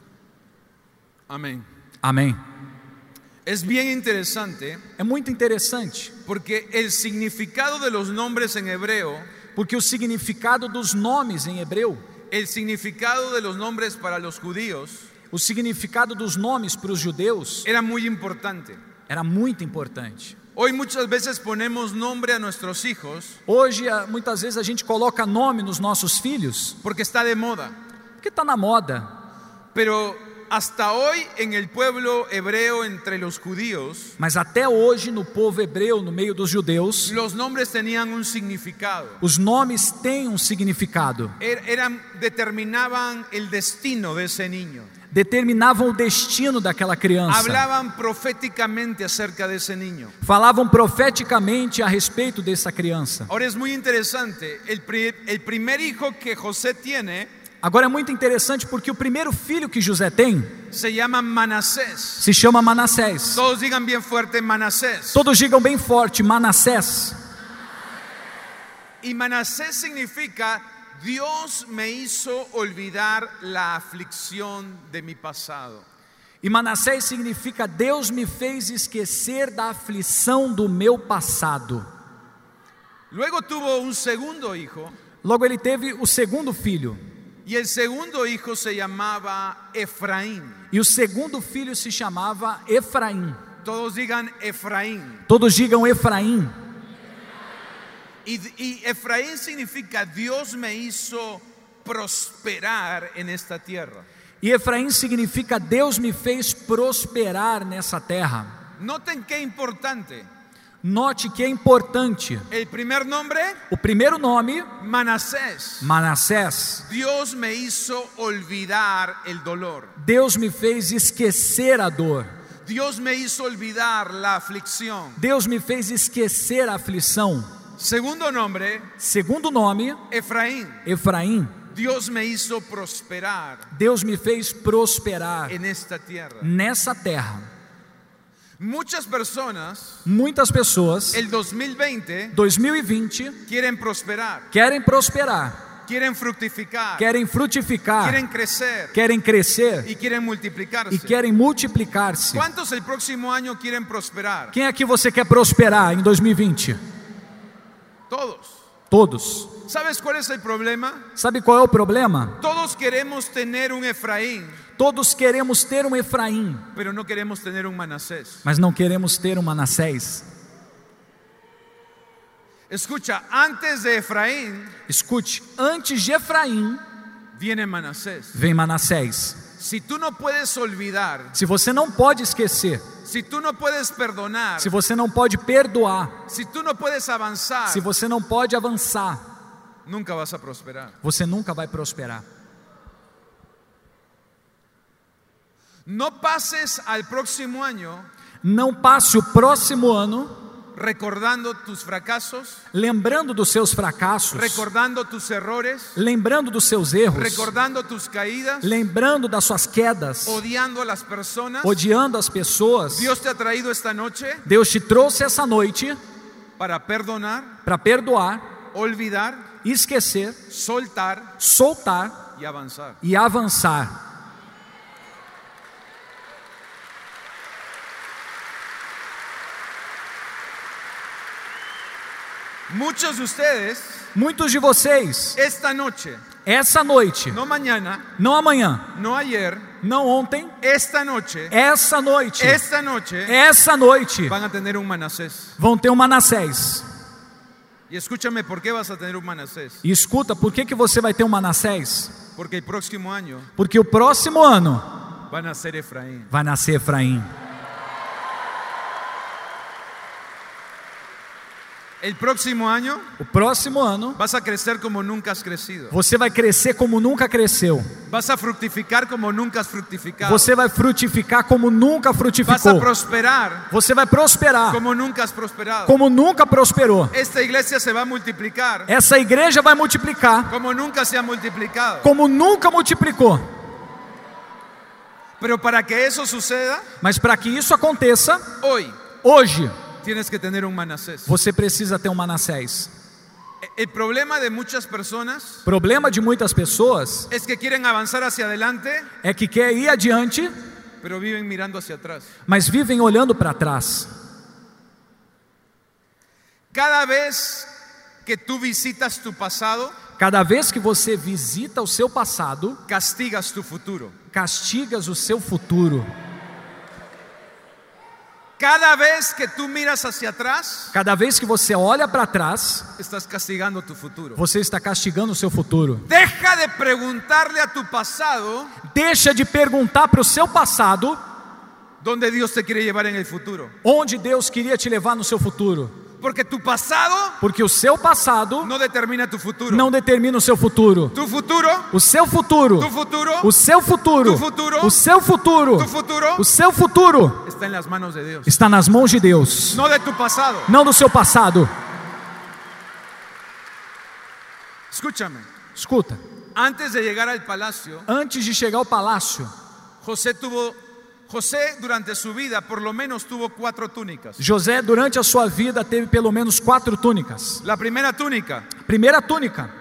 Amén. Amém. Es bien interesante É muito interessante, porque el significado de los nombres en hebreo, porque o significado dos nomes em hebreu, el significado de los nombres para los judíos, o significado dos nomes para os judeus era muy importante. era muito importante. Hoy muchas veces ponemos nombre a nuestros hijos Hoje, ah, muitas vezes a gente coloca nome nos nossos filhos, porque está de moda. porque está na moda. Pero hasta hoy en el pueblo hebreo entre los judíos, Mas até hoje, no povo hebreu, no meio dos judeus, los nombres tenían un significado. os nomes têm um significado, Er- Eran, determinaban el destino de ese niño. determinavam o destino daquela criança, Hablaban proféticamente acerca de ese niño. falavam profeticamente a respeito dessa criança. Ahora es muy interesante, el, pri- el primer hijo que José tiene Agora é muito interessante porque o primeiro filho que José tem se llama Manasés. se chama Manassés. Todos digan bien fuerte Manasés. Todos digam bem forte, Manassés. Y Manasés significa: Dios me hizo olvidar la aflicción de mi pasado. E Manassés significa: Deus me fez esquecer da aflição do meu passado. Luego tuvo un segundo hijo, Logo ele teve o segundo filho, y el segundo hijo se llamaba Efraín. e o segundo filho se chamava Efraim. Todos digan Efraín. Todos digam Efraim. Y, y Efraín significa: Dios me hizo prosperar en esta tierra. E Efraim significa: Deus me fez prosperar nessa terra. Noten qué importante. Note que é importante. El primer nombre, O primeiro nome, Manasés. Manassés. Dios me hizo olvidar el dolor. Deus me fez esquecer a dor. Dios me hizo olvidar la aflicción. Deus me fez esquecer a aflição. Segundo nombre, Segundo nome, Efraín. Efraim. Dios me hizo prosperar Deus me fez prosperar en esta tierra. nessa terra. Muchas personas, Muitas pessoas, el dos mil veinte, dois mil e vinte, quieren prosperar, querem prosperar, quieren fructificar, querem frutificar, quieren crecer querem crescer y quieren multiplicarse. e querem multiplicar-se. ¿Cuántos el próximo año quieren prosperar? Quem aqui você quer prosperar em dois mil e vinte? Todos. Todos. ¿Sabes cuál es el problema? Sabe qual é o problema? Todos queremos tener un Efraín, Todos queremos ter um Efraim, pero no queremos tener un Manasés. mas não queremos ter um Manassés. Escucha, antes de Efraín Escute, antes de Efraim viene Manasés. vem Manassés. Si tú no puedes olvidar, Se você não pode esquecer, si tú no puedes perdonar, se você não pode perdoar, si tú no puedes avanzar, se você não pode avançar, nunca vas a prosperar. você nunca vai prosperar. No pases al próximo año Não passe o próximo ano recordando tus fracasos, lembrando dos seus fracassos, recordando tus errores, lembrando dos seus erros, recordando tus caídas, lembrando das suas quedas, odiando a las personas. odiando as pessoas. Dios te ha traído esta noche Deus te trouxe essa noite para perdonar, para perdoar, olvidar, esquecer, soltar soltar y avanzar. e avançar. Muchos de ustedes Muitos de vocês, esta noche, essa noite, no mañana, não amanhã, no ayer, não ontem, esta noche, essa noite, esta noche essa noite, van a tener un Manasés. vão ter um Manassés. Y escúchame, ¿por qué vas a tener un Manasés? E escuta, por que, que você vai ter um Manassés? Porque el próximo año Porque o próximo ano van a ser Efraín. vai nascer Efraim. El próximo año O próximo ano vas a crecer como nunca has crecido. você vai crescer como nunca cresceu. Vas a fructificar como nunca has fructificado. Você vai frutificar como nunca Vas a frutificou. prosperar Você vai prosperar como nunca has prosperado. como nunca prosperou. Esta iglesia se va a multiplicar Essa igreja vai multiplicar como nunca se ha multiplicado. como nunca multiplicou. Pero para que eso suceda, Mas para que isso aconteça, hoy hoje tienes que tener un Manasés. você precisa ter um Manassés. El problema de muchas personas Problema de muitas pessoas es que quieren avanzar hacia adelante, é que quer ir adiante, pero viven mirando hacia atrás. mas vivem olhando para trás. Cada vez que tú visitas tu pasado, Cada vez que você visita o seu passado, castigas tu futuro. castigas o seu futuro. Cada vez que tú miras hacia atrás, Cada vez que você olha para trás, estás castigando tu futuro. você está castigando o seu futuro. Deja de preguntarle a tu pasado Deixa de perguntar para o seu passado dónde Dios te quiere llevar en el futuro. onde Deus queria te levar no seu futuro. Porque tu pasado Porque o seu passado no determina tu futuro. não determina o seu futuro. Tu futuro, O seu futuro, tu futuro, o seu futuro, Tu futuro. o seu futuro, tu futuro o seu futuro está en las manos de Dios. está nas mãos de Deus, No de tu pasado. não do seu passado. Escúchame. Escuta, Antes de llegar al palacio, antes de chegar ao palácio, José tuvo, José durante su vida por lo menos tuvo cuatro túnicas. José durante a sua vida teve pelo menos quatro túnicas. La primera túnica, Primeira túnica,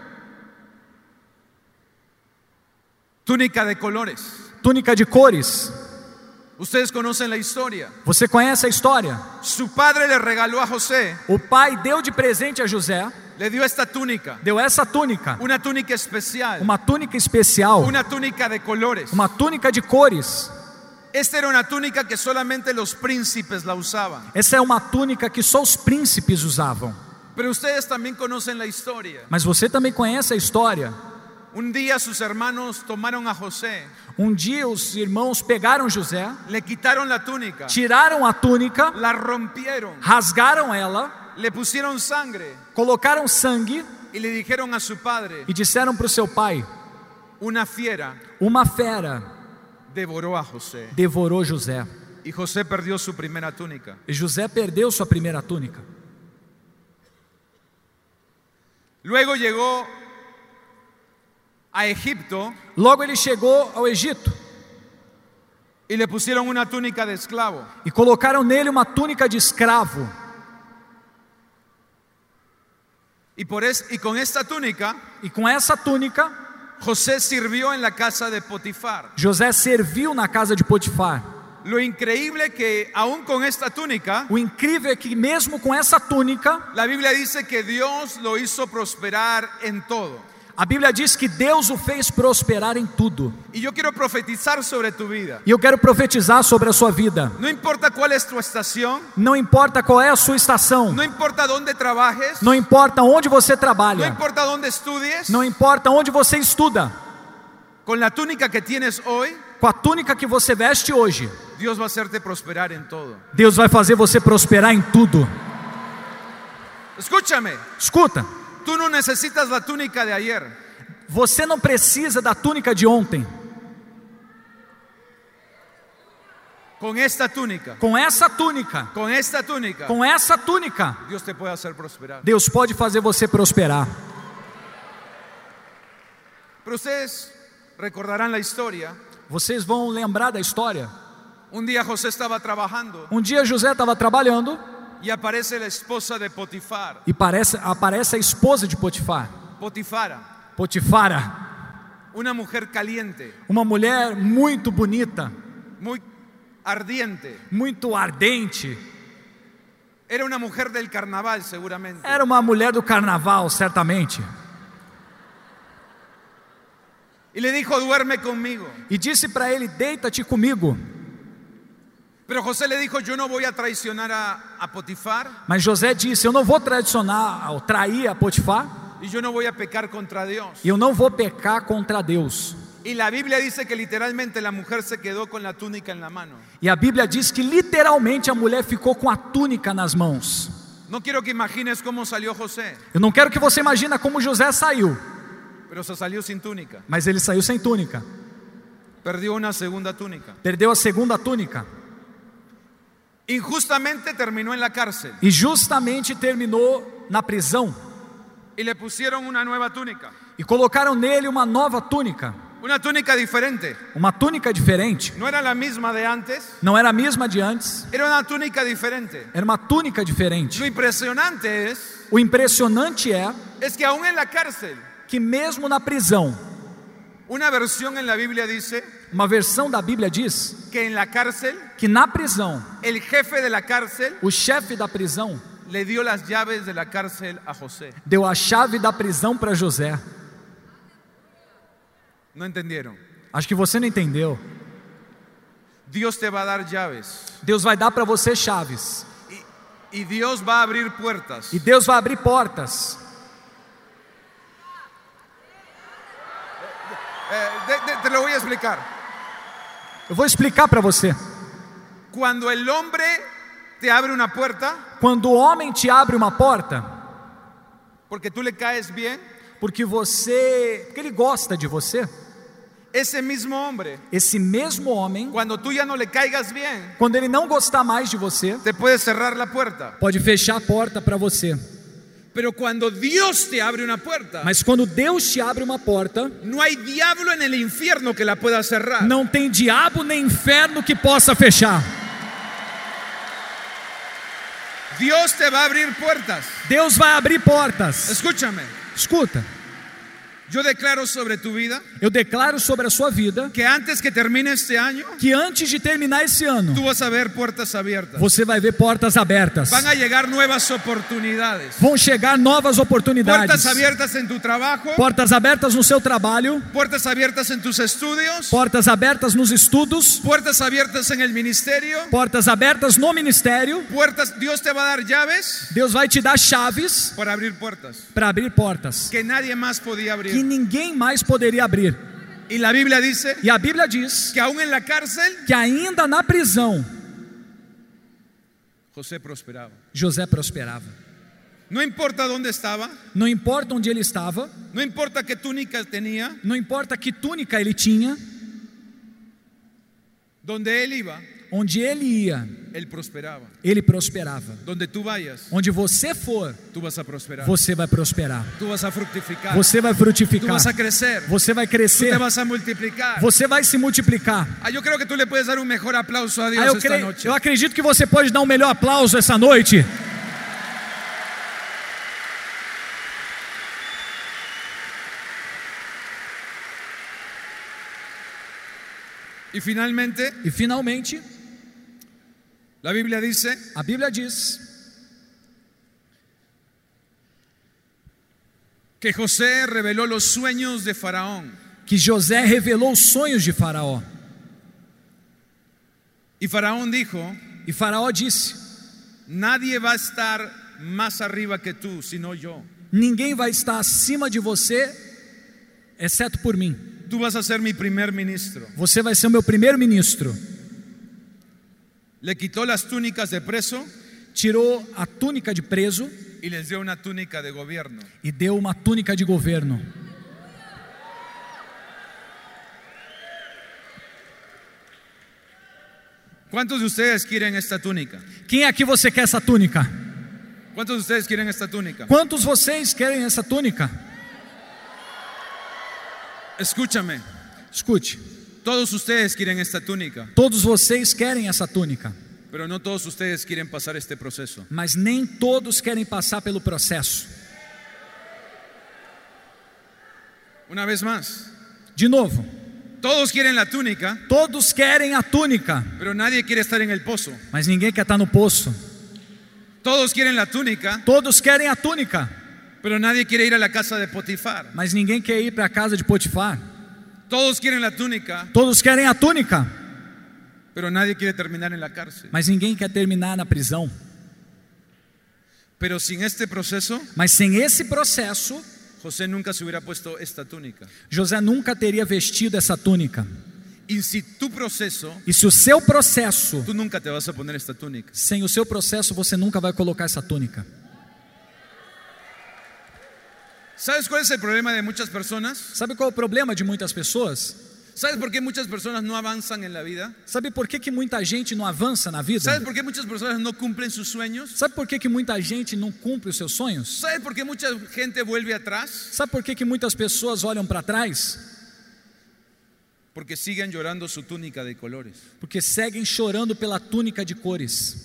túnica de colores. túnica de cores. Ustedes conocen la historia. Você conhece a história? Su padre le regaló a José, O pai deu de presente a José, le dio esta túnica, deu essa túnica, una túnica especial, uma túnica especial, una túnica de colores. uma túnica de cores. Esta era una túnica que solamente los príncipes la usaban. Essa é uma túnica que só os príncipes usavam. Pero ustedes también conocen la historia. Mas você também conhece a história. Un día sus hermanos tomaron a José, Um dia os irmãos pegaram José, le quitaron la túnica, tiraram a túnica, la rompieron, rasgaram ela, le pusieron sangre colocaram sangue y le dijeron a su padre, e disseram para o seu pai: una fiera uma fera devoró a José. devorou José. Y José perdió su primera túnica. E José perdeu sua primeira túnica. Luego llegó a Egipto Logo ele chegou ao Egito y le pusieron una túnica de esclavo. e colocaram nele uma túnica de escravo. Y, por es, y con esta túnica, E com essa túnica, José sirvió en la casa de Potifar. José serviu na casa de Potifar. Lo increíble que aún con esta túnica, O incrível é que mesmo com essa túnica, la Biblia dice que Dios lo hizo prosperar en todo. a Bíblia diz que Deus o fez prosperar em tudo. Y yo quiero profetizar sobre tu vida. E eu quero profetizar sobre a sua vida. No importa cuál es tu estación, Não importa qual é a sua estação, no importa dónde trabajes, não importa onde você no trabalha, importa dónde estudies, não importa onde você estuda, con la túnica que tienes hoy, com a túnica que você veste hoje, Dios va a hacerte prosperar en todo. Deus vai fazer você prosperar em tudo. Escúchame, Escuta, tú no necesitas la túnica de ayer. você não precisa da túnica de ontem. Con esta túnica, Com essa túnica, con esta túnica, com essa túnica, Dios te puede hacer prosperar. Deus pode fazer você prosperar. Pero ustedes recordarán la historia. Vocês vão lembrar da história. Un día José estaba trabajando Um dia José estava trabalhando y aparece la esposa de Potifar, e parece, aparece a esposa de Potifar, Potifara, Potifara, una mujer caliente, uma mulher muito bonita, muy ardiente. muito ardente. Era una mujer del carnaval seguramente. Era uma mulher do carnaval, certamente. Y le dijo, duerme conmigo. E disse para ele: deita-te comigo. Pero José le dijo, yo no voy a traicionar a, a Potifar Mas José disse: eu não vou traicionar, ou trair a Potifar, y yo no voy a pecar contra Dios. e eu não vou pecar contra Deus. Y la Biblia dice que literalmente la mujer se quedó con la túnica en la mano. E a Bíblia diz que literalmente a mulher ficou com a túnica nas mãos. No quiero que imagines cómo salió José, Eu não quero que você imagine como José saiu, pero se salió sin túnica. mas ele saiu sem túnica. Perdió una segunda túnica. Perdeu a segunda túnica Injustamente terminó en la cárcel e justamente terminou na prisão. y le pusieron una nueva túnica. E colocaram nele uma nova túnica, Una túnica diferente. uma túnica diferente. No era la misma de antes, Não era a mesma de antes, era una túnica diferente. era uma túnica diferente. Lo impresionante es, O impressionante é es que aún en la cárcel, que mesmo na prisão, una versión en la Biblia dice uma versão da Bíblia diz que en la cárcel, que na prisão, el jefe de la cárcel o chefe da prisão le dio las llaves de la cárcel a José. deu a chave da prisão para José. ¿No entendieron? Acho que você não entendeu. Dios te va a dar llaves Deus vai dar para você chaves y, y Dios va a abrir puertas. e Deus vai abrir portas. Eh, de- de- te lo voy a explicar. Eu vou explicar para você. Cuando el hombre te abre una puerta Quando o homem te abre uma porta, porque tú le caes bien, porque você, porque ele gosta de você, ese mismo hombre, esse mesmo homem, cuando tú ya no le caigas bien, quando ele não gostar mais de você, te puede cerrar la puerta. pode fechar a porta para você. Pero cuando Dios te abre una puerta, Mas quando Deus te abre uma porta, no hay diablo en el infierno que la pueda cerrar. não tem diabo nem inferno que possa fechar. Dios te va a abrir puertas. Deus vai abrir portas. Escúchame, Escuta, yo declaro sobre tu vida eu declaro sobre a sua vida que antes que termine este año, que antes de terminar esse ano, tú vas a ver puertas abiertas. você vai ver portas abertas. Van a llegar nuevas oportunidades. Vão chegar novas oportunidades. Puertas abiertas en tu trabajo, Portas abertas no seu trabalho, puertas abiertas en tus estudios, portas abertas nos estudos, puertas abiertas en el ministerio, portas abertas no ministério. puertas, Dios te va a dar llaves Deus vai te dar chaves para abrir puertas para abrir portas que nadie más podía que abrir. ninguém mais poderia abrir. Y la Biblia dice E a Bíblia diz que aún en la cárcel que ainda na prisão José prosperaba. José prosperava. No importa dónde estaba, Não importa onde ele estava, no importa qué túnica tenía, não importa que túnica ele tinha, donde él iba, onde ele ia, él prosperaba. ele prosperava. Donde tú vayas, Onde você for, tú vas a prosperar. você vai prosperar. Tú vas a fructificar. Você vai Tú frutificar. vas a crecer. Você vai Tú crescer. te vas a multiplicar. Você vai se multiplicar. Ah, yo creo que tú le puedes dar un mejor aplauso a Dios Ah, eu, esta creio, noche. eu acredito que você pode dar um melhor aplauso essa noite. Y finalmente, E finalmente, la Biblia dice a Bíblia diz que José reveló los sueños de Faraón. que José revelou os sonhos de Faraó. Y Faraón dijo, E Faraó disse: nadie va a estar más arriba que tú, sino yo. ninguém vai estar acima de você, exceto por mim. Tú vas a ser mi primer ministro. Você vai ser o meu primeiro ministro. Le quitó las túnicas de preso Tirou a túnica de preso y les dio una túnica de gobierno. e deu uma túnica de governo. ¿Cuántos de ustedes quieren esta túnica? Quem aqui você quer essa túnica? ¿Cuántos de ustedes quieren esta túnica? Quantos vocês querem essa túnica? Escúchame, Escute, todos ustedes quieren esta túnica, todos vocês querem essa túnica, pero no todos ustedes quieren pasar este proceso. mas nem todos querem passar pelo processo. Una vez más, De novo, todos quieren la túnica, todos querem a túnica, pero nadie quiere estar en el pozo. mas ninguém quer estar no poço. Todos quieren la túnica, Todos querem a túnica, pero nadie quiere ir a la casa de Potifar. mas ninguém quer ir para a casa de Potifar. Todos quieren la túnica, Todos querem a túnica, pero nadie quiere terminar en la cárcel. mas ninguém quer terminar na prisão. Pero sin este proceso, Mas sem esse processo, José nunca se hubiera puesto esta túnica. José nunca teria vestido essa túnica. Y si tu proceso, E se o seu processo, tú nunca te vas a poner esta túnica. sem o seu processo, você nunca vai colocar essa túnica. ¿Sabes cuál es el problema de muchas personas? Sabe qual é o problema de muitas pessoas? ¿Sabes por qué muchas personas no avanzan en la vida? Sabe por que, que muita gente não avança na vida? ¿Sabes por qué muchas personas no cumplen sus sueños? Sabe por que, que muita gente não cumpre os seus sonhos? ¿Sabes por qué mucha gente vuelve atrás? Sabe por que, que muitas pessoas olham para trás? Porque siguen llorando su túnica de colores. Porque seguem chorando pela túnica de cores.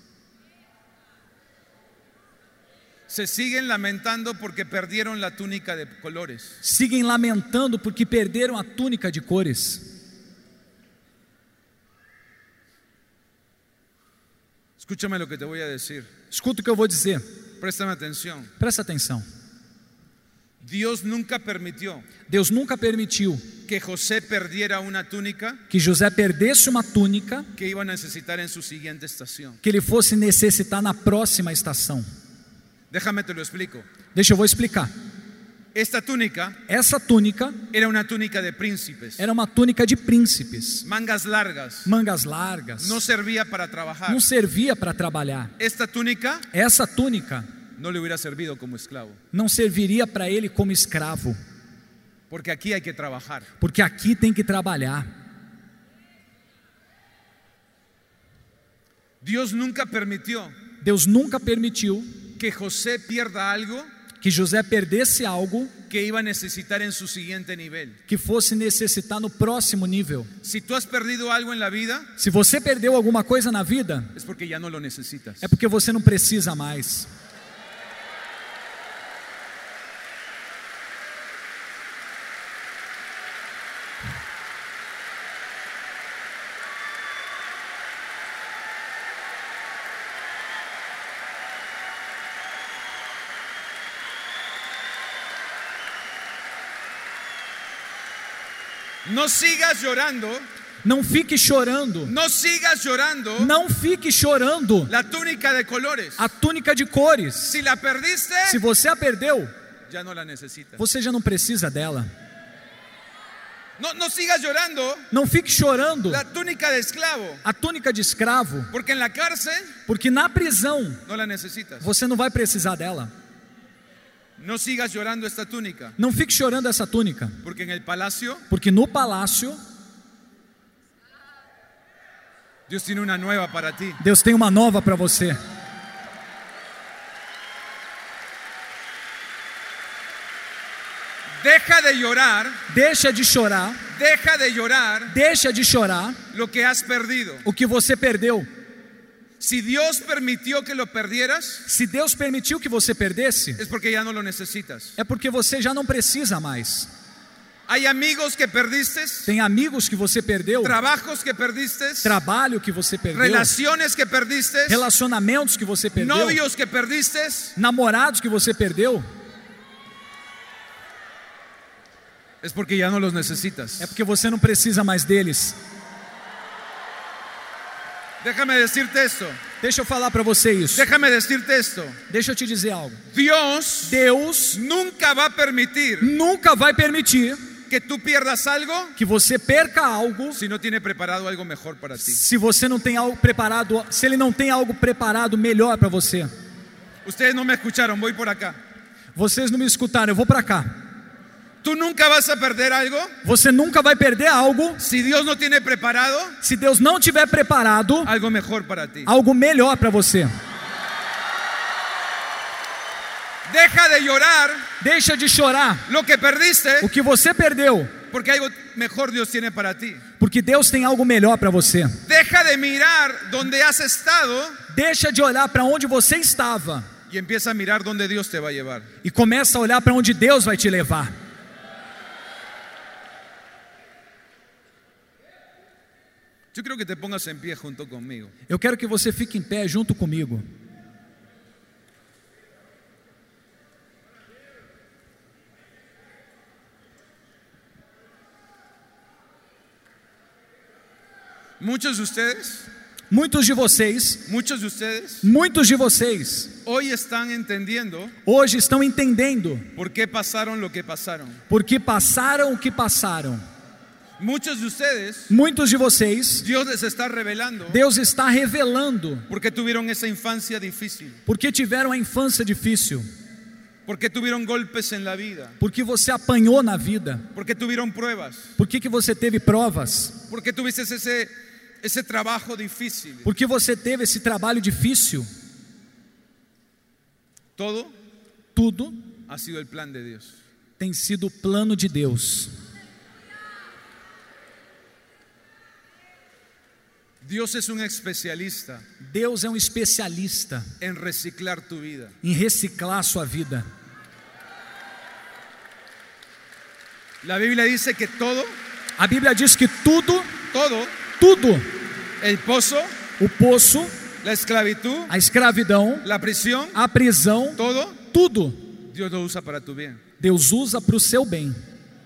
Se siguen lamentando porque perdieron la túnica de colores. Seguem lamentando porque perderam a túnica de cores. Escúchame lo que te voy a decir. Escuta o que eu vou dizer. Préstame atención. Presta atenção. Dios nunca permitió Deus nunca permitiu que José perdiera una túnica que José perdesse uma túnica que iba a necesitar en su siguiente estación. que ele fosse necessitar na próxima estação. Déjame te lo explico. Deixa eu vou explicar. Esta túnica Essa túnica era una túnica de príncipes, era uma túnica de príncipes, mangas largas, mangas largas, no servía para trabajar. não servia para trabalhar. Esta túnica Essa túnica no le hubiera servido como esclavo, não serviria para ele como escravo, porque aquí hay que trabajar. porque aqui tem que trabalhar. Dios nunca permitió Deus nunca permitiu que José pierda algo que José perdesse algo que iba a necesitar en su siguiente nivel. que fosse necessitar no próximo nível. Si tú has perdido algo en la vida, Se você perdeu alguma coisa na vida, es porque ya no lo necesitas. é porque você não precisa mais. No sigas llorando, Não fique chorando. no sigas llorando Não fique chorando la túnica de colores. a túnica de cores. Si la perdiste, Se você a perdeu, ya no la necesitas. você já não precisa dela. No, no sigas llorando Não fique chorando la túnica de esclavo, a túnica de escravo, porque en la cárcel porque na prisão no la necesitas. você não vai precisar dela. No sigas llorando esta túnica, Não fique chorando essa túnica, porque en el palacio porque no palácio Dios tiene una nueva para ti. Deus tem uma nova para você. Deja de llorar, Deixa de chorar, deja de llorar deixa de chorar lo que has perdido. o que você perdeu. Si Dios permitió que lo perdieras, Se Deus permitiu que você perdesse, es porque ya no lo necesitas. é porque você já não precisa mais. Hay amigos que perdiste, Tem amigos que você perdeu, trabajos que perdiste, trabalho que você perdeu, relaciones que perdiste, relacionamentos que você perdeu, novios que perdiste, namorados que você perdeu. es porque ya no los necesitas. É porque você não precisa mais deles. Déjame decirte esto, Deixa eu falar para você isso. déjame decirte esto. Deixa eu te dizer algo. Dios Deus nunca va a permitir nunca vai permitir que tú pierdas algo que você perca algo si no tiene preparado algo mejor para ti. se você não tem algo preparado, se ele não tem algo preparado melhor para você. Ustedes no me escucharon, voy por acá. Vocês não me escutaram, eu vou para cá. Tú nunca vas a perder algo Você nunca vai perder algo si Dios no tiene preparado se Deus não tiver preparado algo mejor para ti. algo melhor para você. Deja de llorar Deixa de chorar lo que perdiste, o que você perdeu, porque algo mejor Dios tiene para ti. porque Deus tem algo melhor para você. Deja de mirar donde has estado Deixa de olhar para onde você estava y empieza a mirar donde Dios te va a llevar. e começa a olhar para onde Deus vai te levar. Yo creo que te pongas en pie junto conmigo. Eu quero que você fique em pé junto comigo. Muchos de ustedes, Muitos de vocês, muchos de ustedes muitos de vocês hoy están entendiendo hoje estão entendendo por qué pasaron lo que pasaron. porque passaram o que passaram. Muchos de ustedes, Muitos de vocês, Dios les está revelando Deus está revelando por qué tuvieron esa infancia difícil. porque tiveram a infância difícil. ¿Por qué tuvieron golpes en la vida? Por que você apanhou na vida? ¿Por qué tuvieron pruebas? Por que que você teve provas? ¿Por qué tuviste ese, ese trabajo difícil? Por que você teve esse trabalho difícil? Todo Tudo ha sido el plan de Dios. tem sido o plano de Deus. Dios es un especialista Deus é um especialista en reciclar tu vida. em reciclar a sua vida. La Biblia dice que todo, A Bíblia diz que tudo, todo, tudo, el pozo, o poço, la esclavitud, a escravidão, la prisión, a prisão, todo, tudo Dios lo usa para tu bien. Deus usa para o seu bem.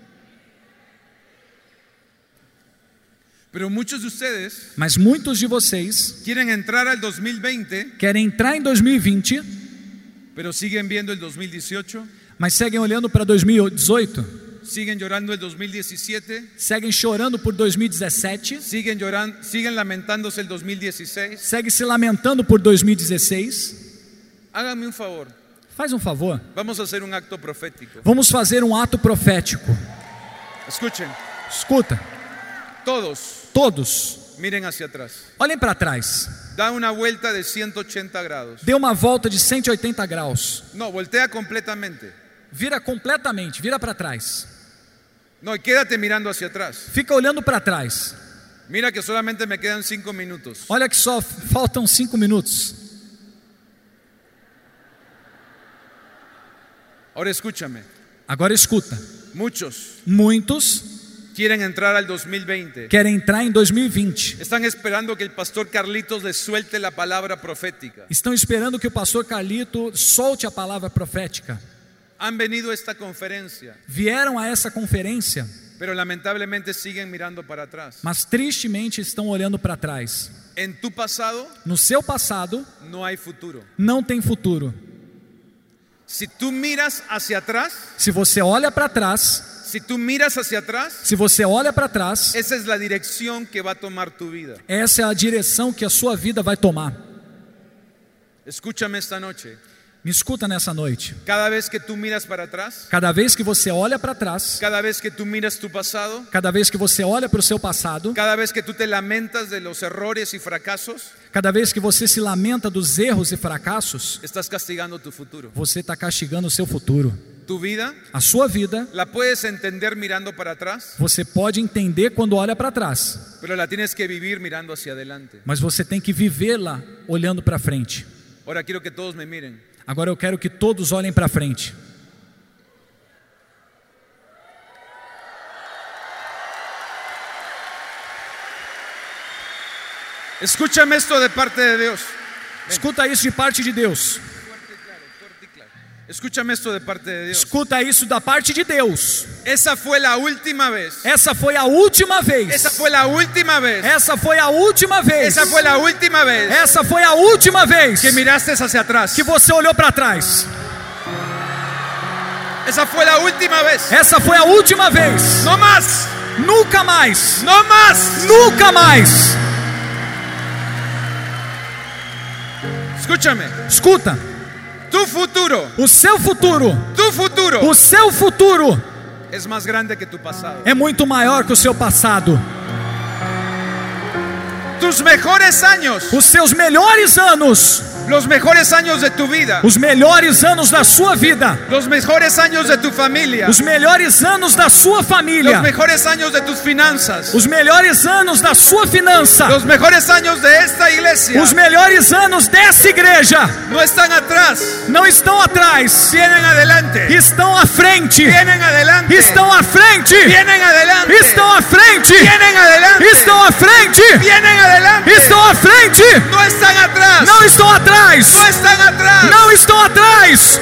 Pero muchos de ustedes Mas muitos de vocês quieren entrar al dos mil veinte, querem entrar em dois mil e vinte, pero siguen viendo el dos mil dieciocho, mas seguem olhando para dois mil e dezoito, siguen llorando el dos mil diecisiete, seguem chorando por dois mil e dezessete, siguen llorando, siguen lamentándose el dos mil dieciséis. seguem se lamentando por dois mil e dezesseis. Háganme un favor, Faz um favor, vamos a hacer un acto profético. vamos fazer um ato profético. Escuchen, Escuta, todos todos, miren hacia atrás. olhem para trás. Da una vuelta de ciento ochenta grados. Dê uma volta de cento e oitenta graus. No, voltea completamente. Vira completamente, vira para trás. No, y quédate mirando hacia atrás. Fica olhando para trás. Mira que solamente me quedan cinco minutos. Olha que só faltam cinco minutos. Ahora escúchame. Agora escuta. Muchos Muitos quieren entrar al dos mil veinte. querem entrar em dois mil e vinte. Están esperando que el pastor Carlitos les suelte la palabra profética. Estão esperando que o pastor Carlito solte a palavra profética. Han venido a esta conferencia, Vieram a essa conferência, pero lamentablemente siguen mirando para atrás. mas tristemente estão olhando para trás. En tu pasado No seu passado no hay futuro. não tem futuro. Si tú miras hacia atrás, Se você olha para trás, si tú miras hacia atrás, se você olha para trás, esa es la dirección que va a tomar tu vida. essa é a direção que a sua vida vai tomar. Escúchame esta noche. Me escuta nessa noite. Cada vez que tú miras para atrás, Cada vez que você olha para trás, cada vez que tú miras tu pasado, cada vez que você olha para o seu passado, cada vez que tú te lamentas de los errores y fracasos, cada vez que você se lamenta dos erros e fracassos, estás castigando tu futuro. você está castigando o seu futuro. Tu vida A sua vida, la puedes entender mirando para atrás, você pode entender quando olha para trás, pero la tienes que vivir mirando hacia adelante. mas você tem que vivê-la olhando para frente. Ahora quiero que todos me miren. Agora eu quero que todos olhem para frente. Escúchame esto de parte de Dios. Escuta isso de parte de Deus. Escúchame esto de parte de Dios. Escuta isso da parte de Deus. Esa fue la última vez. Essa foi a última vez. Esa fue la última vez. Essa foi a última vez. Esa fue la última vez Essa foi a última vez que miraste hacia atrás. que você olhou para trás. Esa fue la última vez. Essa foi a última vez. No más. Nunca mais. No más. Nunca mais. Escúchame. Escuta, Tu futuro, o seu futuro, tu futuro o seu futuro es más grande que tu pasado. é muito maior que o seu passado. Tus mejores años, Os seus melhores anos, los mejores años de tu vida, os melhores anos da sua vida, los mejores años de tu familia, os melhores anos da sua los família, mejores años de tus finanzas, os melhores anos da sua finança, los mejores años de esta iglesia os melhores anos dessa igreja no están atrás, não estão atrás, vienen adelante, estão à frente, vienen adelante, estão à frente, vienen adelante, estão à frente, vienen adelante, estão à frente, vienen adelante, estão à frente, no están atrás, não estão atrás, no están atrás. não estão atrás.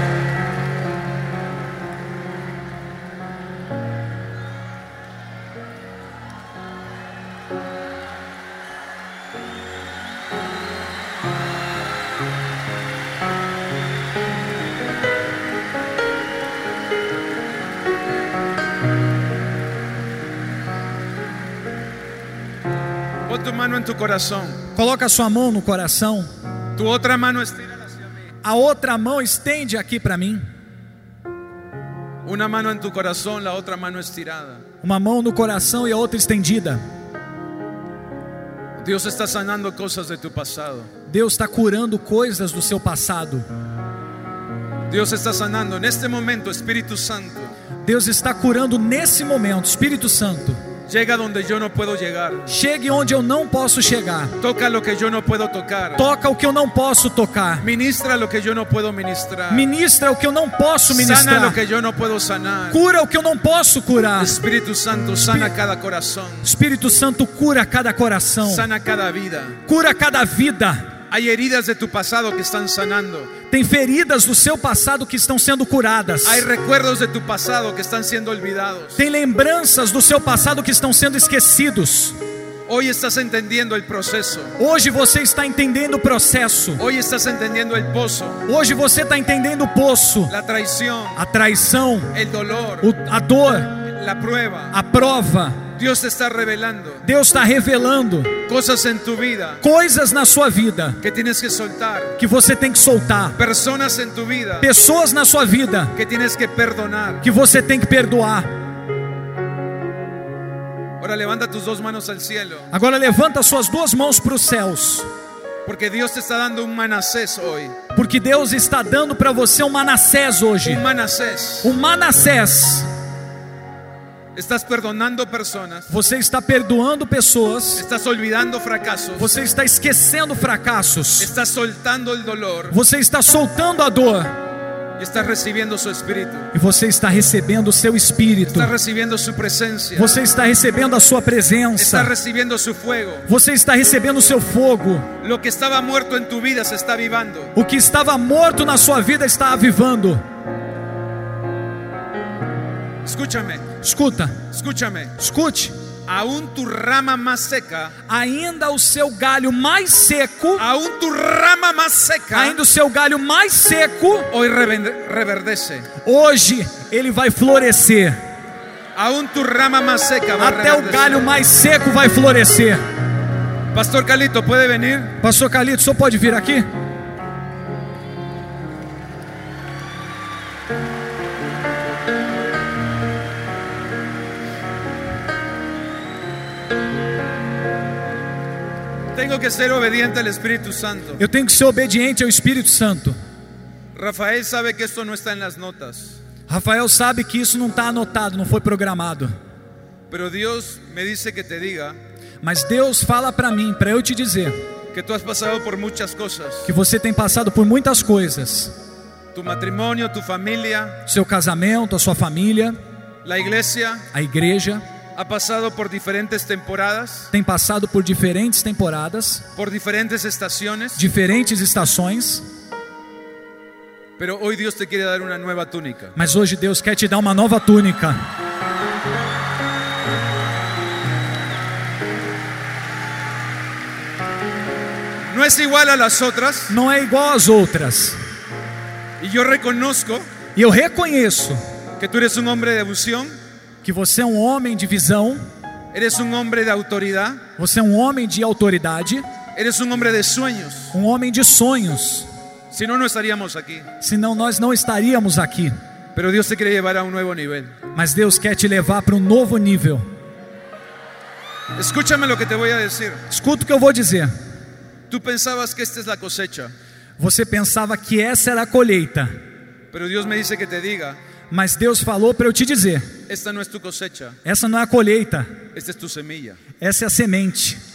Pon tu mano en tu corazón, Coloca a sua mão no coração, tu otra mano estira hacia mí. a outra mão estende aqui para mim. Una mano en tu corazón, la otra mano estirada. Uma mão no coração e a outra estendida. Dios está sanando cosas de tu pasado. Deus está curando coisas do seu passado. Dios está sanando en este momento, Espíritu Santo. Deus está curando nesse momento. Espírito Santo, Llega donde yo no puedo llegar. chegue onde eu não posso chegar. Toca lo que yo no puedo tocar. Toca o que eu não posso tocar. Ministra lo que yo no puedo ministrar. Ministra o que eu não posso Sana ministrar. lo que yo no puedo sanar. Cura o que eu não posso curar. Espíritu Santo, sana cada corazón. Espírito Santo cura cada coração. Sana cada vida. Cura cada vida. Hay heridas de tu pasado que están sanando. Tem feridas do seu passado que estão sendo curadas. Hay recuerdos de tu pasado que están siendo olvidados. Tem lembranças do seu passado que estão sendo esquecidos. Hoy estás entendiendo el proceso. Hoje você está entendendo o processo. Hoy estás entendiendo el pozo. Hoje você está entendendo o poço, La traición. a traição, El dolor. o, a dor, La prueba. a prova. Dios te está revelando Deus está revelando cosas en tu vida coisas na sua vida que tienes que soltar. que você tem que soltar. Personas en tu vida Pessoas na sua vida que tienes que perdonar. que você tem que perdoar. Ahora levanta tus dos manos al cielo. Agora levanta suas duas mãos para os céus, Porque Dios te está dando un Manasés hoy. porque Deus está dando para você um Manassés hoje. Un Manasés. Um Manassés. Estás perdonando personas. Você está perdoando pessoas. Estás olvidando fracasos. Você está esquecendo fracassos. Estás soltando el dolor. Você está soltando a dor. Y estás recibiendo su espíritu. E você está recebendo o seu Espírito. Estás recibiendo su presencia. Você está recebendo a sua presença. Estás recibiendo su fuego. Você está recebendo o seu fogo. Lo que estaba muerto en tu vida se está avivando. O que estava morto na sua vida está avivando. Escúchame, Escuta, escúchame. escute. Aún tu rama más seca, Ainda o seu galho mais seco, aún tu rama más seca, ainda o seu galho mais seco, hoy reven- reverdece. hoje ele vai florescer. Aún tu rama más seca va a Até o reverdecer. galho mais seco vai florescer. Pastor Calito, ¿puede venir? Pastor Calito, o senhor pode vir aqui? Tengo que ser obediente al Espíritu Santo. Eu tenho que ser obediente ao Espírito Santo. Rafael sabe que esto no está en las notas, Rafael sabe que isso não está anotado, não foi programado. pero Dios me dice que te diga Mas Deus fala para mim, para eu te dizer, que tú has pasado por muchas cosas. que você tem passado por muitas coisas. Tu matrimonio, tu familia, Seu casamento, a sua família, la iglesia a igreja, ha pasado por diferentes temporadas, tem passado por diferentes temporadas, por diferentes estaciones, diferentes estações. pero hoy Dios te quiere dar una nueva túnica. Mas hoje Deus quer te dar uma nova túnica. No es igual a las otras, Não é igual às outras. y yo reconozco E eu reconheço que tú eres un hombre de unción, que você é um homem de visão, eres un hombre de autoridad, você é um homem de autoridade, eres un hombre de sueños. um homem de sonhos. Si no, no estaríamos aquí. Senão nós não estaríamos aqui. Pero Dios te quiere llevar a un nuevo nivel. Mas Deus quer te levar para um novo nível. Escúchame lo que te voy a decir. Escuta o que eu vou dizer. Tú pensabas que esta es la cosecha, Você pensava que essa era a colheita, pero Dios me dice que te diga, mas Deus falou para eu te dizer: esta no es tu cosecha, essa não é a colheita, esta es tu semilla. essa é a semente.